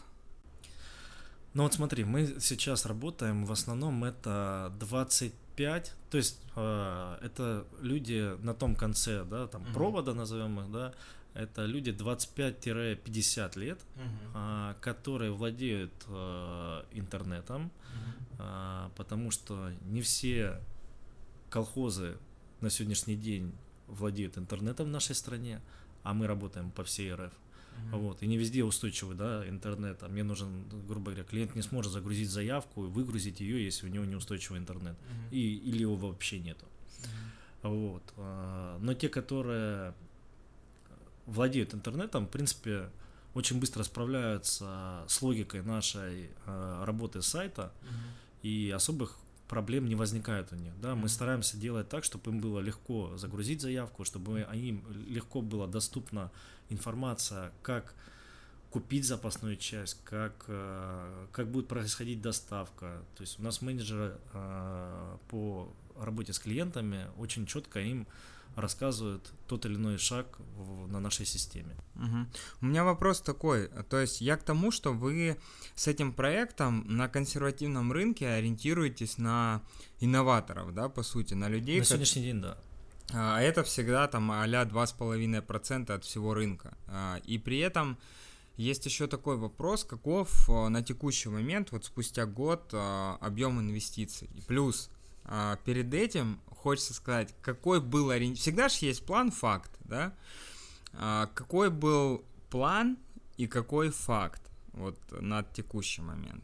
Ну вот смотри, мы сейчас работаем, в основном это двадцать пять, то есть э, это люди на том конце, да, там угу. провода назовем их, да, это люди двадцать пять - пятьдесят лет, uh-huh. а, которые владеют а, интернетом, uh-huh. а, потому что не все колхозы на сегодняшний день владеют интернетом в нашей стране, а мы работаем по всей эр эф. Uh-huh. Вот, и не везде устойчивый, да, интернет. А мне нужен, грубо говоря, клиент не сможет загрузить заявку и выгрузить ее, если у него неустойчивый интернет, uh-huh. и, или его вообще нету. Uh-huh. Вот, а, но те, которые владеют интернетом, в принципе, очень быстро справляются с логикой нашей э, работы сайта, uh-huh. и особых проблем не возникает у них. Да? Uh-huh. Мы стараемся делать так, чтобы им было легко загрузить заявку, чтобы им легко была доступна информация, как купить запасную часть, как, э, как будет происходить доставка. То есть у нас менеджеры э, по работе с клиентами очень четко им рассказывают тот или иной шаг в, на нашей системе. Угу. У меня вопрос такой, то есть я к тому, что вы с этим проектом на консервативном рынке ориентируетесь на инноваторов, да, по сути, на людей. На как... сегодняшний день, да. А это всегда там а-ля два с половиной процента от всего рынка. И при этом есть еще такой вопрос, каков на текущий момент, вот спустя год, объем инвестиций. Плюс перед этим хочется сказать, какой был ориентир... Всегда же есть план, факт, да? А, какой был план и какой факт вот на текущий момент?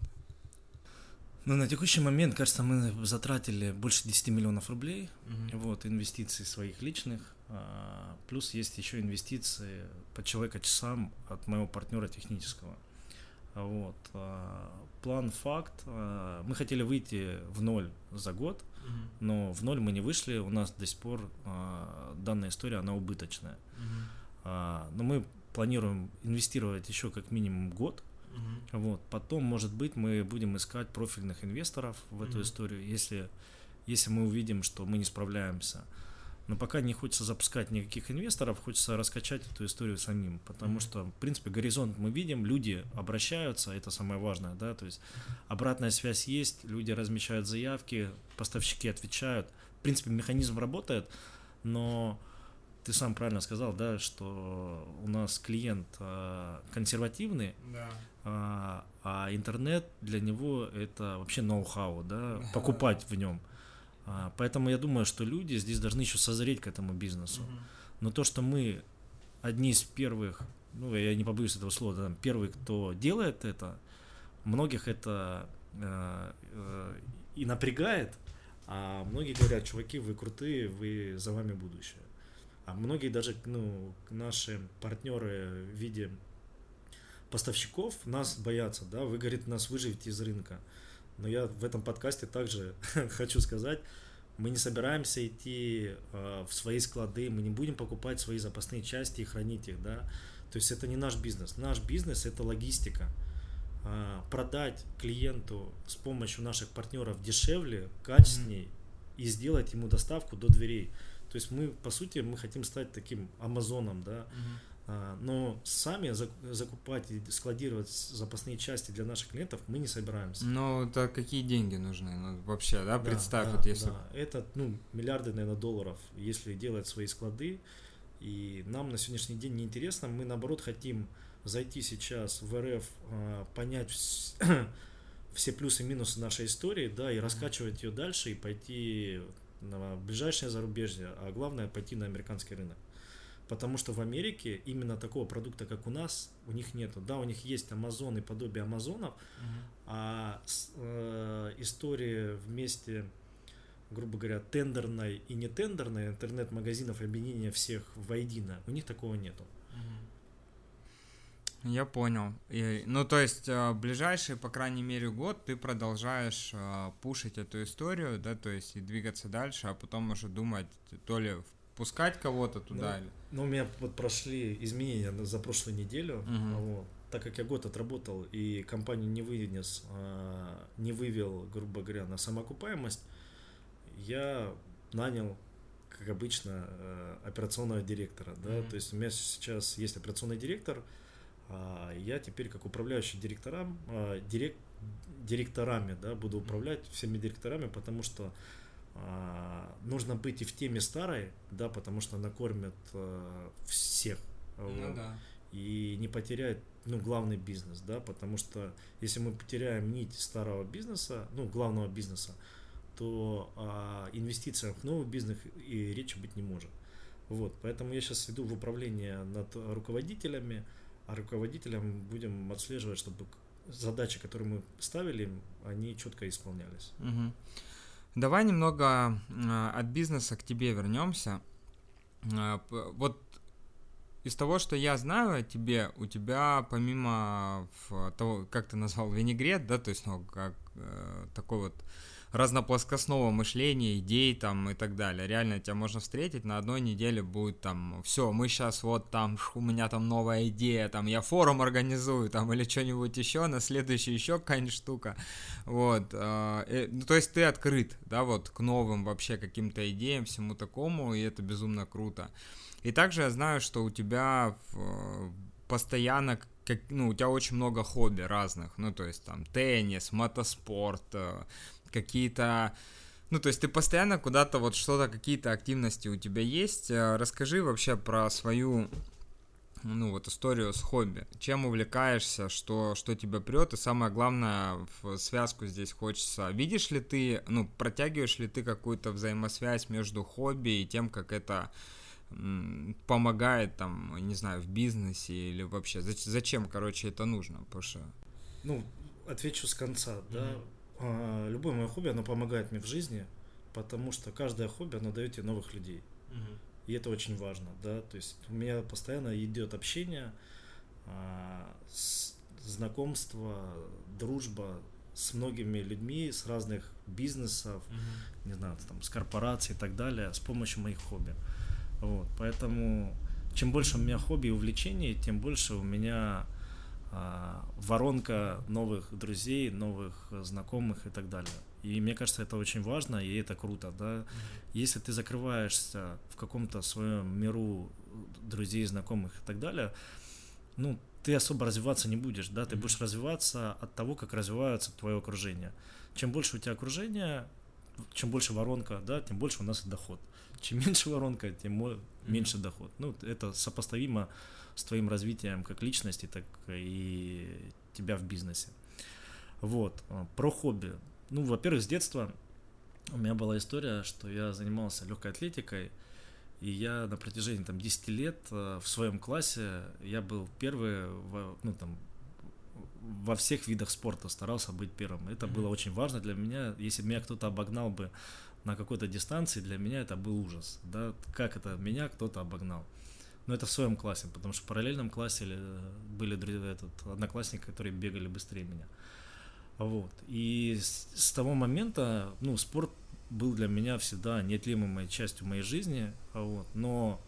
Ну, на текущий момент, кажется, мы затратили больше десять миллионов рублей, uh-huh. вот, инвестиций своих личных, а, плюс есть еще инвестиции по человека-часам от моего партнера технического. Вот. План, факт. Мы хотели выйти в ноль за год, uh-huh. но в ноль мы не вышли. У нас до сих пор данная история, она убыточная. Uh-huh. Но мы планируем инвестировать еще как минимум год. Uh-huh. Вот. Потом, может быть, мы будем искать профильных инвесторов в эту uh-huh. историю, если, если мы увидим, что мы не справляемся. Но пока не хочется запускать никаких инвесторов, хочется раскачать эту историю самим, потому mm-hmm. что, в принципе, горизонт мы видим, люди обращаются, это самое важное, да, то есть обратная связь есть, люди размещают заявки, поставщики отвечают, в принципе, механизм работает, но ты сам правильно сказал, да, что у нас клиент э, консервативный, да. а, а интернет для него это вообще ноу-хау, да, покупать в нем. Поэтому я думаю, что люди здесь должны еще созреть к этому бизнесу. Uh-huh. Но то, что мы одни из первых, ну, я не побоюсь этого слова, да, первые, кто делает это, многих это э, э, и напрягает, а многие говорят, чуваки, вы крутые, вы за вами будущее. А многие даже, ну, наши партнеры в виде поставщиков нас боятся, да, вы, говорит, нас выживете из рынка. Но я в этом подкасте также хочу сказать, мы не собираемся идти э, в свои склады, мы не будем покупать свои запасные части и хранить их, да. То есть это не наш бизнес. Наш бизнес – это логистика. Э, продать клиенту с помощью наших партнеров дешевле, качественней mm-hmm. и сделать ему доставку до дверей. То есть мы, по сути, мы хотим стать таким Амазоном, да. Mm-hmm. Но сами закупать и складировать запасные части для наших клиентов мы не собираемся. Ну, это какие деньги нужны? Ну, вообще, да, да представь, да, вот если... Да. Это, ну, миллиарды, наверное, долларов, если делать свои склады. И нам на сегодняшний день неинтересно. Мы, наоборот, хотим зайти сейчас в эр эф, понять все плюсы и минусы нашей истории, да, и раскачивать ее дальше, и пойти на ближайшее зарубежье, а главное, пойти на американский рынок. Потому что в Америке именно такого продукта, как у нас, у них нету. Да, у них есть Amazon и подобие Амазонов, uh-huh. а э, история вместе, грубо говоря, тендерной и нетендерной, интернет-магазинов, объединения всех воедино, у них такого нету. Uh-huh. Я понял. И, ну, то есть, в ближайший, по крайней мере, год ты продолжаешь э, пушить эту историю, да, то есть, и двигаться дальше, а потом уже думать то ли в впускать кого-то туда? Ну, или? ну, у меня вот прошли изменения за прошлую неделю, Мгм. вот. Так как я год отработал и компанию не вынес, а, не вывел, грубо говоря, на самоокупаемость, я нанял, как обычно, э, операционного директора, да, Мгм. то есть у меня сейчас есть операционный директор, а я теперь как управляющий директорам, а, дирек, директорами, да, буду управлять всеми директорами, потому что а, нужно быть и в теме старой, да, потому что она кормит а, всех, Ну вот, да. и не потерять, ну, главный бизнес, да, потому что если мы потеряем нить старого бизнеса, ну, главного бизнеса, то о инвестициях в новый бизнес и речи быть не может. Вот, поэтому я сейчас иду в управление над руководителями, а руководителям будем отслеживать, чтобы задачи, которые мы ставили, им, они четко исполнялись. Мгм. Давай немного а, от бизнеса к тебе вернемся. А, п- вот из того, что я знаю о тебе, у тебя помимо в- того, как ты назвал, винегрет, да, то есть, ну, как э, такой вот разноплоскостного мышления, идей там и так далее. Реально тебя можно встретить, на одной неделе будет там, все, мы сейчас вот там, ш, у меня там новая идея, там я форум организую, там или что-нибудь еще, на следующий еще какая-нибудь штука. Вот, э, э, ну, то есть ты открыт, да, вот к новым вообще каким-то идеям, всему такому, и это безумно круто. И также я знаю, что у тебя в- постоянно, как, ну, у тебя очень много хобби разных, ну, то есть там теннис, мотоспорт, э, какие-то, ну, то есть ты постоянно куда-то вот что-то, какие-то активности у тебя есть. Э, Расскажи вообще про свою, ну, вот историю с хобби. Чем увлекаешься, что, что тебя прет, и самое главное, в связку здесь хочется. Видишь ли ты, ну, протягиваешь ли ты какую-то взаимосвязь между хобби и тем, как это м, помогает там, не знаю, в бизнесе или вообще, зач- зачем, короче, это нужно, потому что... Ну, отвечу с конца, да. Мгм. А, Любое мое хобби, оно помогает мне в жизни, потому что каждое хобби, оно дает тебе новых людей. Мгм. И это очень важно, да. То есть у меня постоянно идет общение, а, с- знакомство, дружба с многими людьми, с разных бизнесов, Мгм. не знаю, там, с корпораций и так далее, с помощью моих хобби. Вот, поэтому чем больше у меня хобби и увлечений, тем больше у меня а, воронка новых друзей, новых э, знакомых и так далее. И мне кажется, это очень важно, и это круто, да. Если ты закрываешься в каком-то своем миру друзей, знакомых и так далее, ну, ты особо развиваться не будешь, да, ты Мгм. будешь развиваться от того, как развивается твое окружение. Чем больше у тебя окружение, чем больше воронка, да, тем больше у нас и доход. Чем меньше воронка, тем мо- меньше доход. Ну, это сопоставимо с твоим развитием как личности, так и тебя в бизнесе. Вот. а, Про хобби. Ну, во-первых, с детства у меня была история, что я занимался легкой атлетикой, и я на протяжении там десяти лет э, в своем классе я был первый, во, ну, там, во всех видах спорта старался быть первым. Это Мгм. было очень важно для меня. Если бы меня кто-то обогнал бы на какой-то дистанции, для меня это был ужас. Да? Как это меня кто-то обогнал? Но это в своем классе, потому что в параллельном классе э, были друзья, этот, одноклассники, которые бегали быстрее меня. Вот. И с, с того момента, ну, спорт был для меня всегда неотъемлемой частью моей жизни. Вот. Но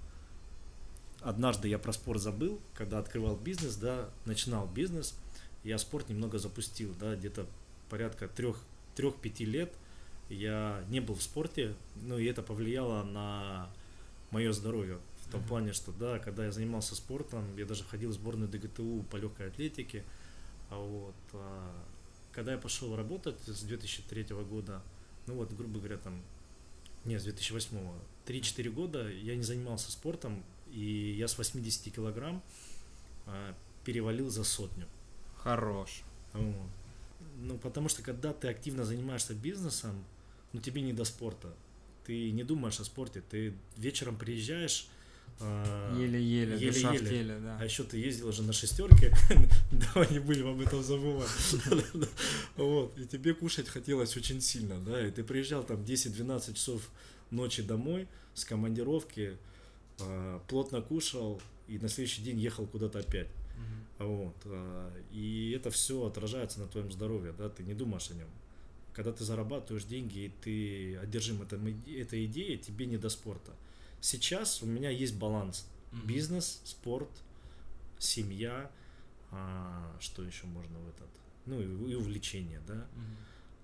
однажды я про спорт забыл, когда открывал бизнес, да, начинал бизнес, я спорт немного запустил, да, где-то порядка трех, трех-пяти лет я не был в спорте, ну и это повлияло на мое здоровье. В том Мгм. плане, что да, когда я занимался спортом, я даже ходил в сборную ДГТУ по легкой атлетике, а вот а, когда я пошел работать с две тысячи третьего года, ну вот, грубо говоря, там, не, с две тысячи восьмого, три-четыре года я не занимался спортом, и я с восьмидесяти килограмм а, перевалил за сотню. Хорош. Вот. Ну, потому что когда ты активно занимаешься бизнесом, ну, тебе не до спорта. Ты не думаешь о спорте, ты вечером приезжаешь, а, Еле-еле, душа в еле-еле. теле, да. А еще ты ездил уже на шестерке, давай не будем об этом забывать. Вот, и тебе кушать хотелось очень сильно, да, и ты приезжал там десять-двенадцать часов ночи домой с командировки, а, плотно кушал и на следующий день ехал куда-то опять. Мгм. Вот, а, и это все отражается на твоем здоровье, да, ты не думаешь о нем. Когда ты зарабатываешь деньги и ты одержим этой, этой идеей, тебе не до спорта. сейчас у меня есть баланс. Мгм. Бизнес, спорт, семья, а, что еще можно в этот, ну и, и увлечение, да. Мгм.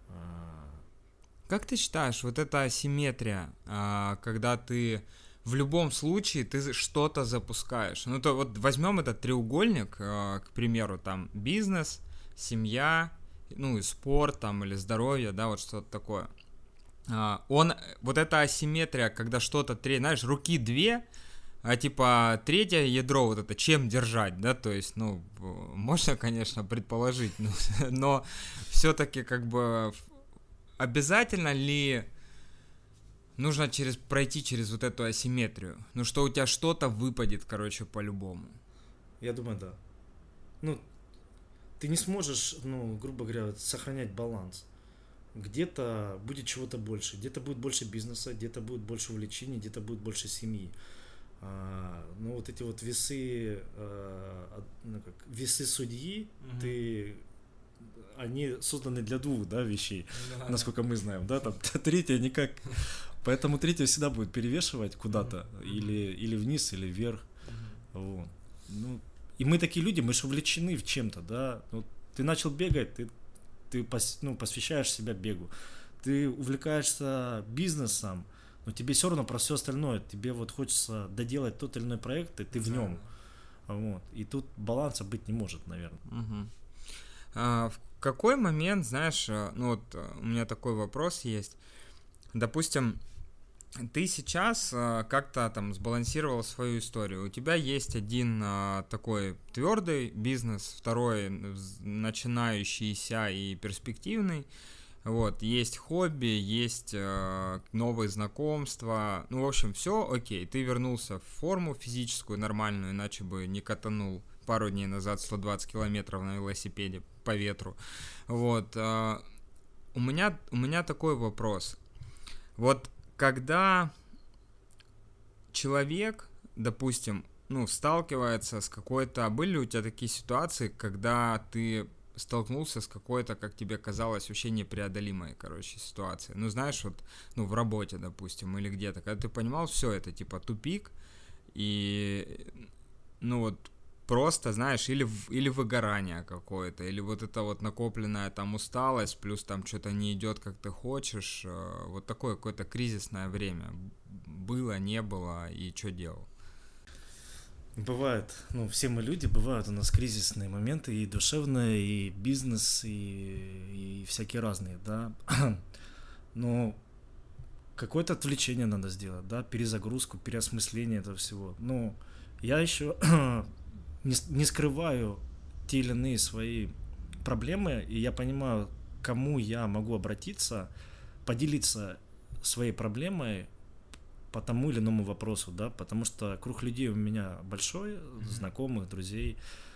А, Как ты считаешь, вот эта асимметрия, а, когда ты в любом случае ты что-то запускаешь? Ну то вот возьмем этот треугольник, а, к примеру, там бизнес, семья, ну и спорт там или здоровье, да, вот что-то такое. А, он, вот эта асимметрия, когда что-то, три, знаешь, руки две, а типа третье ядро вот это чем держать, да, то есть, ну, в- можно, конечно, предположить, но, но все-таки как бы в- обязательно ли нужно через, пройти через вот эту асимметрию? Ну, что у тебя что-то выпадет, короче, по-любому. я думаю, да. Ну, ты не сможешь, ну, грубо говоря, сохранять баланс. Где-то будет чего-то больше, где-то будет больше бизнеса, где-то будет больше увлечений, где-то будет больше семьи. А, ну вот эти вот весы, а, от- ну, как, весы судьи, Мгм. ты, они созданы для двух, да, вещей, Да, насколько мы знаем, да, там третье никак, поэтому третье всегда будет перевешивать куда-то, Мгм. или, или вниз, или вверх, Мгм. вот. Ну, и мы такие люди, мы же увлечены в чем-то, да, вот ты начал бегать, ты, ты пос, ну, посвящаешь себя бегу, ты увлекаешься бизнесом, но тебе все равно про все остальное, тебе вот хочется доделать тот или иной проект, и ты в нем, вот, и тут баланса быть не может, наверное. Мгм. А, в какой момент, знаешь, э, ну вот э, у меня такой вопрос есть. Допустим, ты сейчас э, как-то там сбалансировал свою историю. У тебя есть один э, такой твердый бизнес, второй н- вз- начинающийся и перспективный. Вот, есть хобби, есть э, новые знакомства. Ну, в общем, все окей. Ты вернулся в форму физическую, нормальную, иначе бы не катанул пару дней назад сто двадцать километров на велосипеде по ветру. Вот. э, у меня, у меня такой вопрос. Вот когда человек, допустим, ну, сталкивается с какой-то... Были у тебя такие ситуации, когда ты столкнулся с какой-то, как тебе казалось, вообще непреодолимой, короче, ситуацией? Ну, знаешь, вот, ну, в работе, допустим, или где-то, когда ты понимал, все, это типа тупик, и, ну, вот, просто, знаешь, или, в- или выгорание какое-то, или вот это вот накопленная там усталость, плюс там что-то не идет, как ты хочешь, э, вот такое какое-то кризисное время было, не было, и что делал? Бывает, ну, все мы люди, бывают у нас кризисные моменты, и душевные, и бизнес, и, и всякие разные, да. Но какое-то отвлечение надо сделать, да, перезагрузку, переосмысление этого всего. Ну, я еще не, с- не скрываю те или иные свои проблемы, и я понимаю, к кому я могу обратиться, поделиться своей проблемой по тому или иному вопросу, да, потому что круг людей у меня большой, знакомых, друзей,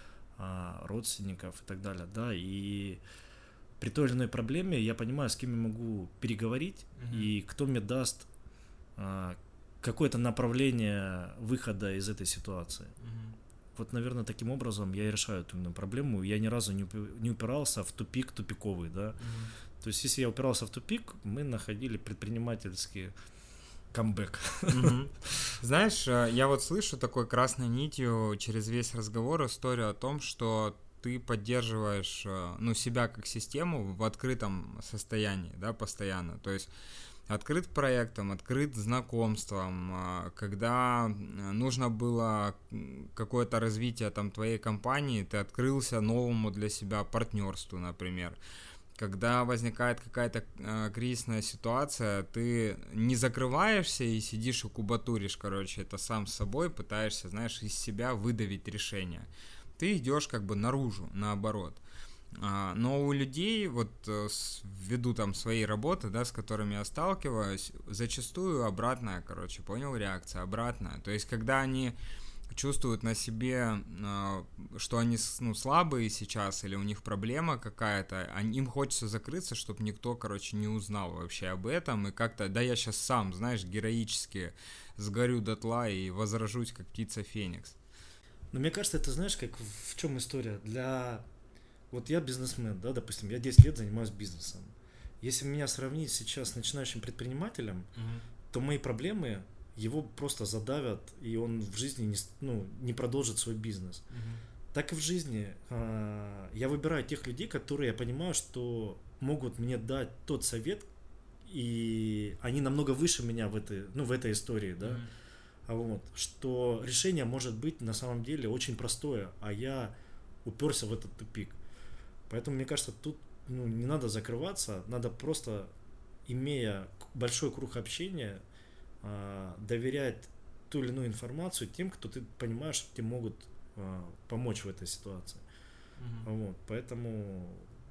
а, родственников и так далее, да, и при той или иной проблеме я понимаю, с кем я могу переговорить и кто мне даст а, какое-то направление выхода из этой ситуации. Вот, наверное, таким образом я и решаю эту именно проблему. Я ни разу не, упи- не упирался в тупик тупиковый, да. То есть, если я упирался в тупик, мы находили предпринимательский камбэк. Мгм. Знаешь, э, я вот слышу такой красной нитью через весь разговор историю о том, что ты поддерживаешь, э, ну, себя как систему в открытом состоянии, да, постоянно. То есть открыт к проектам, открыт знакомствам, а, когда м, нужно было м, какое-то развитие там твоей компании, ты открылся новому для себя партнерству, например. Когда возникает какая-то э, кризисная ситуация, ты не закрываешься и сидишь и кубатуришь, короче, это сам с собой, пытаешься, знаешь, из себя выдавить решение. Ты идешь как бы наружу, наоборот. А, но у людей, вот э, с- ввиду там своей работы, да, с которыми я сталкиваюсь, зачастую обратная, короче, понял, реакция обратная. То есть, когда они чувствуют на себе, э, что они с- ну, слабые сейчас, или у них проблема какая-то, они- им хочется закрыться, чтобы никто, короче, не узнал вообще об этом, и как-то, да я сейчас сам, знаешь, героически сгорю дотла и возражусь, как птица Феникс. Но мне кажется, это знаешь, как в чем история? Для... Вот я бизнесмен, да, допустим, я десять лет занимаюсь бизнесом. Если меня сравнить сейчас с начинающим предпринимателем, то мои проблемы его просто задавят, и он в жизни не, ну, не продолжит свой бизнес. Mm-hmm. Так и в жизни э, я выбираю тех людей, которые я понимаю, что могут мне дать тот совет, и они намного выше меня в этой, ну, в этой истории, да, mm-hmm. вот, что решение может быть на самом деле очень простое, а я уперся в этот тупик. Поэтому, мне кажется, тут ну, не надо закрываться, надо просто, имея большой круг общения, доверять ту или иную информацию тем, кто ты понимаешь, что тебе могут помочь в этой ситуации. Mm-hmm. Вот, поэтому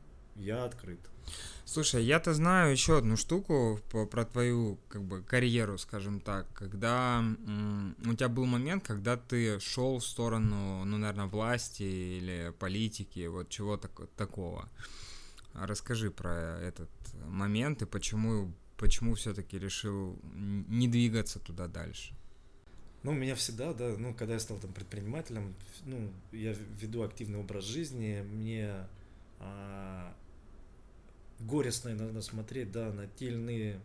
я открыт. Слушай, я-то знаю еще одну штуку по, про твою как бы карьеру, скажем так, когда м, у тебя был момент, когда ты шел в сторону, ну, наверное, власти или политики, вот чего-то такого. Расскажи про этот момент и почему, почему все-таки решил не двигаться туда дальше. Ну, у меня всегда, да, ну, когда я стал там предпринимателем, ну, я веду активный образ жизни, мне а, горестно иногда смотреть, да, на те или иные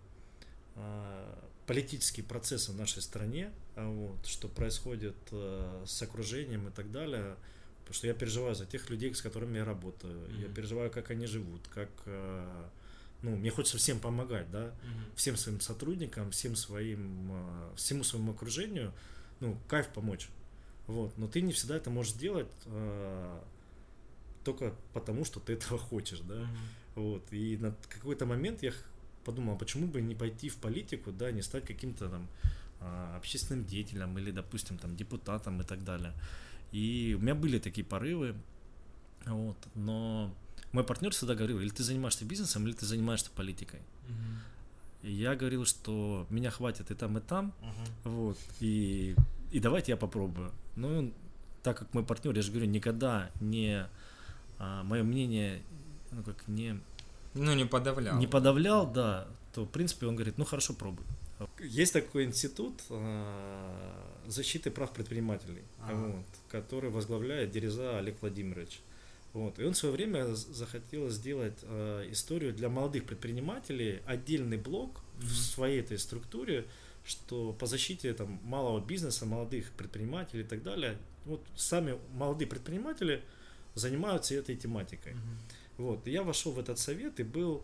а, политические процессы в нашей стране, а, вот, что происходит а, с окружением и так далее, потому что я переживаю за тех людей, с которыми я работаю, mm-hmm. я переживаю, как они живут, как, а, ну, мне хочется всем помогать, да, mm-hmm. всем своим сотрудникам, всем своим, а, всему своему окружению, ну, кайф помочь, вот, но ты не всегда это можешь сделать а, только потому, что ты этого хочешь, да, mm-hmm. вот, и на какой-то момент я подумал, почему бы не пойти в политику, да, не стать каким-то там а, общественным деятелем или, допустим, там депутатом и так далее. И у меня были такие порывы, вот, но мой партнер всегда говорил, или ты занимаешься бизнесом, или ты занимаешься политикой. Uh-huh. И я говорил, что меня хватит и там, и там, uh-huh. вот, и, и давайте я попробую. Ну, так как мой партнер, я же говорю, никогда не, а, мое мнение, ну, как не... Ну, не подавлял. Не подавлял, да, то, в принципе, он говорит, ну, хорошо, пробуй. Есть такой институт э, защиты прав предпринимателей, ага. вот, который возглавляет Дереза Олег Владимирович. Вот, и он в свое время захотел сделать э, историю для молодых предпринимателей, отдельный блок mm-hmm. в своей этой структуре, что по защите там, малого бизнеса, молодых предпринимателей и так далее. Вот сами молодые предприниматели занимаются этой тематикой. Mm-hmm. Вот, и я вошел в этот совет и был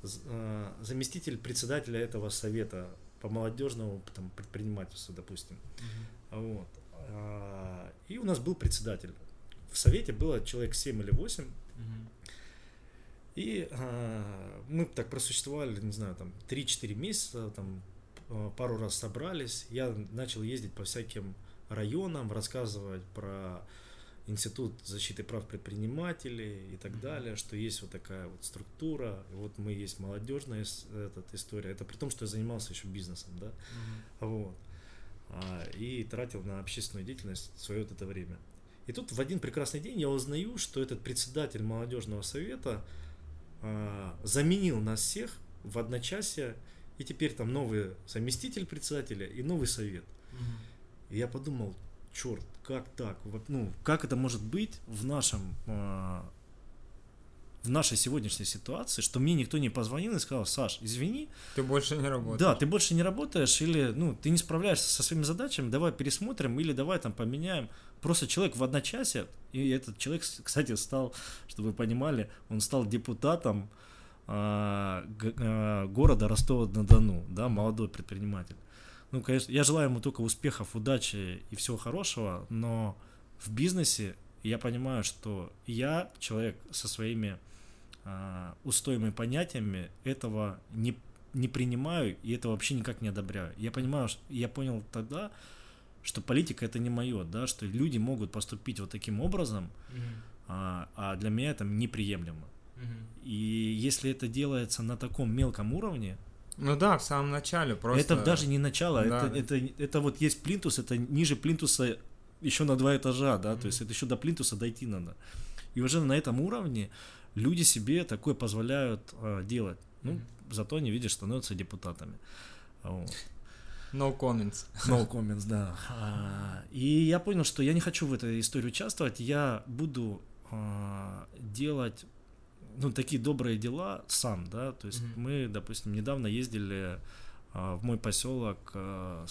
э, заместитель председателя этого совета по молодежному там, предпринимательству, допустим. Uh-huh. Вот. А, и у нас был председатель. В совете было человек семь или восемь. Uh-huh. И а, мы так просуществовали, не знаю, там три-четыре месяца, там пару раз собрались. Я начал ездить по всяким районам, рассказывать про Институт защиты прав предпринимателей и так mm-hmm. далее, что есть вот такая вот структура, и вот мы есть молодежная эта история, это при том, что я занимался еще бизнесом, да, mm-hmm. вот, а, и тратил на общественную деятельность свое вот это время. И тут в один прекрасный день я узнаю, что этот председатель молодежного совета а, заменил нас всех в одночасье, и теперь там новый заместитель председателя и новый совет. Mm-hmm. И я подумал, черт, как так? Вот, ну, как это может быть в нашем, э, в нашей сегодняшней ситуации, что мне никто не позвонил и сказал, Саш, извини. Ты больше не работаешь. Да, ты больше не работаешь, или, ну, ты не справляешься со своими задачами, давай пересмотрим, или давай там поменяем. Просто человек в одночасье, и этот человек, кстати, стал, чтобы вы понимали, он стал депутатом э, г- э, города Ростова-на-Дону, да, молодой предприниматель. Ну, конечно, я желаю ему только успехов, удачи и всего хорошего, но в бизнесе я понимаю, что я, человек со своими э, устоями и понятиями, этого не, не принимаю и это вообще никак не одобряю. Я понимаю, я понял тогда, что политика это не мое, да, что люди могут поступить вот таким образом, mm-hmm. а, а для меня это неприемлемо. Mm-hmm. И если это делается на таком мелком уровне, ну да, в самом начале просто... Это даже не начало, да. это, это, это вот есть плинтус, это ниже плинтуса еще на два этажа, да, mm-hmm. то есть это еще до плинтуса дойти надо. И уже на этом уровне люди себе такое позволяют э, делать. Ну, mm-hmm. зато они, видишь, становятся депутатами. Вот. No comments. No comments, да. А, и я понял, что я не хочу в этой истории участвовать, я буду а, делать... ну, такие добрые дела сам, да, то есть mm-hmm. мы, допустим, недавно ездили а, в мой поселок а, с,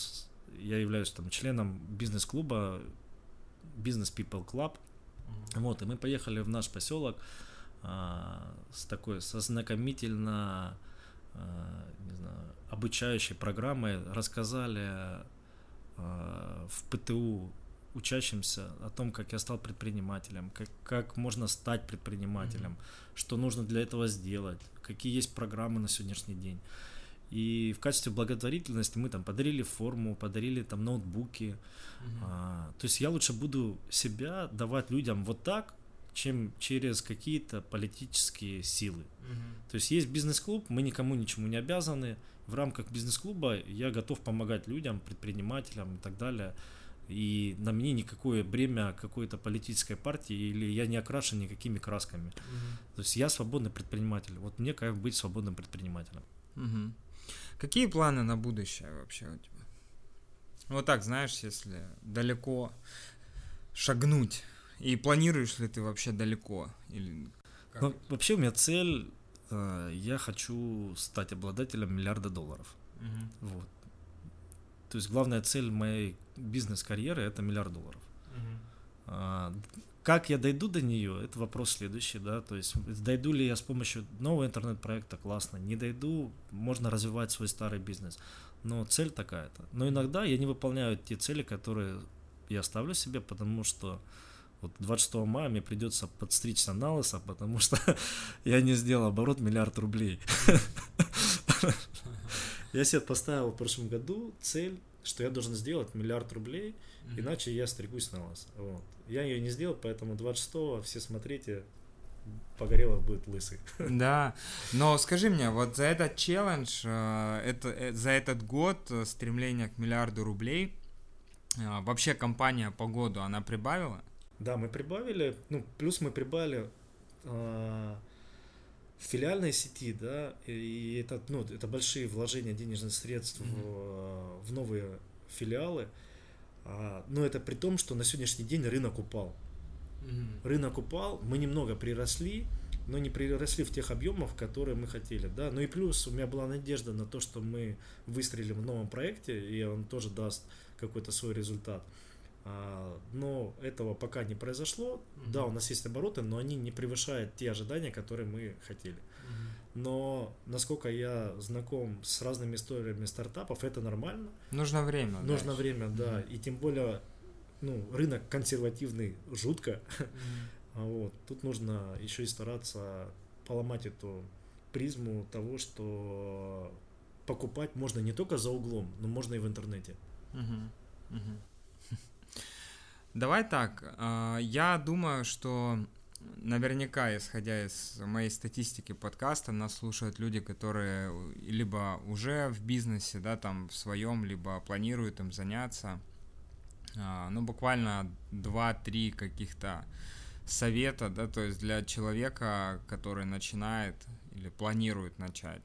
я являюсь там членом бизнес-клуба Business People Club. Mm-hmm. Вот, и мы поехали в наш поселок а, с такой, со знакомительно, а, не знаю, обучающей программой, рассказали а, в ПТУ учащимся о том, как я стал предпринимателем, как, как можно стать предпринимателем, mm-hmm. что нужно для этого сделать, какие есть программы на сегодняшний день. И в качестве благотворительности мы там подарили форму, подарили там ноутбуки. Mm-hmm. А, то есть я лучше буду себя давать людям вот так, чем через какие-то политические силы. Mm-hmm. То есть есть бизнес-клуб, мы никому ничему не обязаны. В рамках бизнес-клуба я готов помогать людям, предпринимателям и так далее. И на мне никакое бремя какой-то политической партии, или я не окрашен никакими красками. Mm-hmm. То есть я свободный предприниматель. Вот мне кайф быть свободным предпринимателем. Mm-hmm. Какие планы на будущее вообще у тебя? Вот так, знаешь, если далеко шагнуть, и планируешь ли ты вообще далеко? Или ну, вообще у меня цель, э, я хочу стать обладателем миллиарда долларов. Угу. Вот. То есть главная цель моей бизнес-карьеры — это миллиард долларов. Угу. А, как я дойду до нее, это вопрос следующий, да, то есть дойду ли я с помощью нового интернет-проекта, классно, не дойду, можно развивать свой старый бизнес, но цель такая-то. Но иногда я не выполняю те цели, которые я ставлю себе, потому что вот двадцать шестого мая мне придется подстричься на лысо, потому что я не сделал оборот миллиард рублей. Я себе поставил в прошлом году цель, что я должен сделать миллиард рублей, mm-hmm. иначе я стригусь на лысо. Вот. Я ее не сделал, поэтому двадцать шестого все смотрите, Погорелов будет лысый. Да, но скажи мне, вот за этот челлендж, это, за этот год стремление к миллиарду рублей, вообще компания по году, она прибавила? Да, мы прибавили, ну, плюс мы прибавили э, в филиальной сети, да, и это, ну, это большие вложения денежных средств mm-hmm. в, в новые филиалы, а, но это при том, что на сегодняшний день рынок упал. Mm-hmm. Рынок упал, мы немного приросли, но не приросли в тех объемах, которые мы хотели, да, ну и плюс у меня была надежда на то, что мы выстрелим в новом проекте, и он тоже даст какой-то свой результат. Но этого пока не произошло. Mm-hmm. Да, у нас есть обороты, но они не превышают те ожидания, которые мы хотели. Mm-hmm. Но насколько я знаком с разными историями стартапов, это нормально. Нужно время. Нужно дальше. время, да. Mm-hmm. И тем более, ну, рынок консервативный жутко. Mm-hmm. Вот. Тут нужно еще и стараться поломать эту призму того, что покупать можно не только за углом, но можно и в интернете. Mm-hmm. Mm-hmm. Давай так, я думаю, что наверняка, исходя из моей статистики подкаста, нас слушают люди, которые либо уже в бизнесе, да, там в своем, либо планируют им заняться. Ну, буквально два-три каких-то совета, да, то есть для человека, который начинает или планирует начать.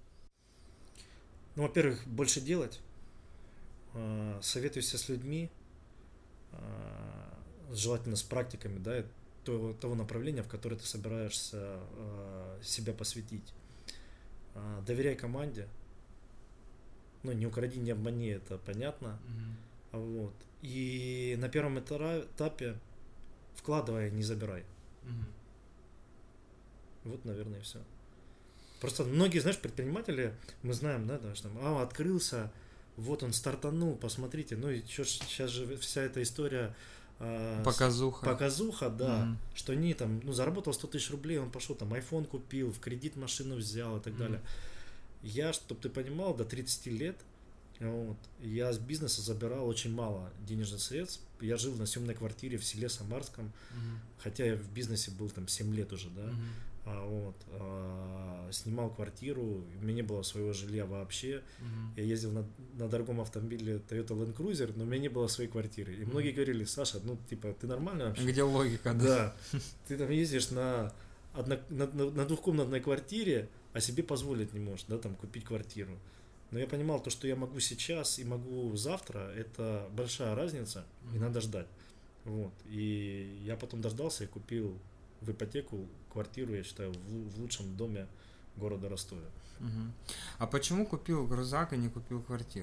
Ну, во-первых, больше делать. Советуйся с людьми, желательно с практиками, да, того, того направления, в которое ты собираешься э, себя посвятить. Э, доверяй команде. Ну, не укради, не обмани, это понятно. Mm-hmm. Вот. И на первом этапе вкладывай, не забирай. Mm-hmm. Вот, наверное, и все. Просто многие, знаешь, предприниматели, мы знаем, да, что там, а, открылся, вот он стартанул, посмотрите, ну и что, сейчас же вся эта история э, показуха, показуха, да, mm-hmm. что они там, ну, заработал сто тысяч рублей, он пошел там iPhone купил, в кредит машину взял и так mm-hmm. далее. Я, чтобы ты понимал, до тридцати лет, вот, я с бизнеса забирал очень мало денежных средств, я жил на съемной квартире в селе Самарском, mm-hmm. хотя я в бизнесе был там семь лет уже, да, mm-hmm. А, вот, а, снимал квартиру, у меня не было своего жилья вообще. Uh-huh. Я ездил на, на дорогом автомобиле Toyota Land Cruiser, но у меня не было своей квартиры. И uh-huh. многие говорили: Саша, ну типа ты нормальный вообще? Где логика? Да. да. Ты там ездишь на, одно, на, на, на двухкомнатной квартире, а себе позволить не можешь, да, там купить квартиру. Но я понимал, то, что я могу сейчас и могу завтра, это большая разница, uh-huh. и надо ждать. Вот. И я потом дождался и купил в ипотеку квартиру, я считаю, в, в лучшем доме города Ростове. Угу. А почему купил крузак и не купил квартиру?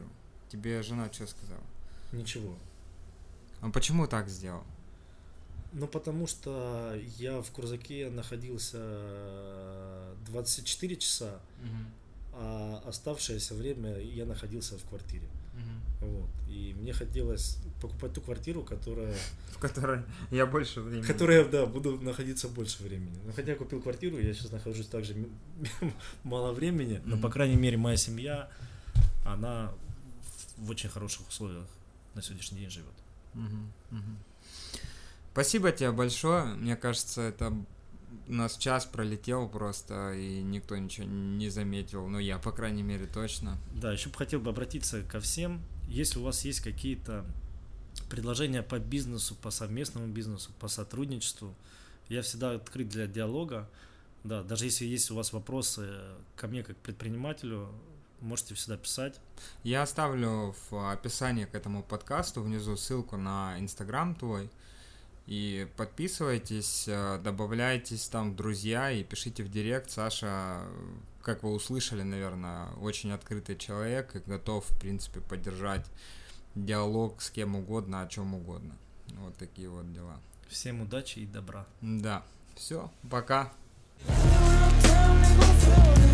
Тебе жена что сказала? Ничего. А почему так сделал? Ну, потому что я в Курзаке находился двадцать четыре часа, Угу. а оставшееся время я находился в квартире. Угу. Вот. И мне хотелось покупать ту квартиру, которая... В которой я больше времени. В которой, да, буду находиться больше времени. Но хотя я купил квартиру, я сейчас нахожусь также мало времени, но, Мгм. по крайней мере, моя семья, она в очень хороших условиях на сегодняшний день живет. Мгм, мгм. Спасибо тебе большое. Мне кажется, это у нас час пролетел просто, и никто ничего не заметил. Ну, я, по крайней мере, точно. Да, еще бы хотел бы обратиться ко всем. Если у вас есть какие-то предложения по бизнесу, по совместному бизнесу, по сотрудничеству, я всегда открыт для диалога. Да, даже если есть у вас вопросы ко мне как предпринимателю, можете всегда писать. Я оставлю в описании к этому подкасту внизу ссылку на Инстаграм твой. И подписывайтесь, э, добавляйтесь там в друзья и пишите в директ. Саша, как вы услышали, наверное, очень открытый человек и готов, в принципе, поддержать диалог с кем угодно, о чем угодно. Вот такие вот дела. Всем удачи и добра. Да, все, пока. Tell me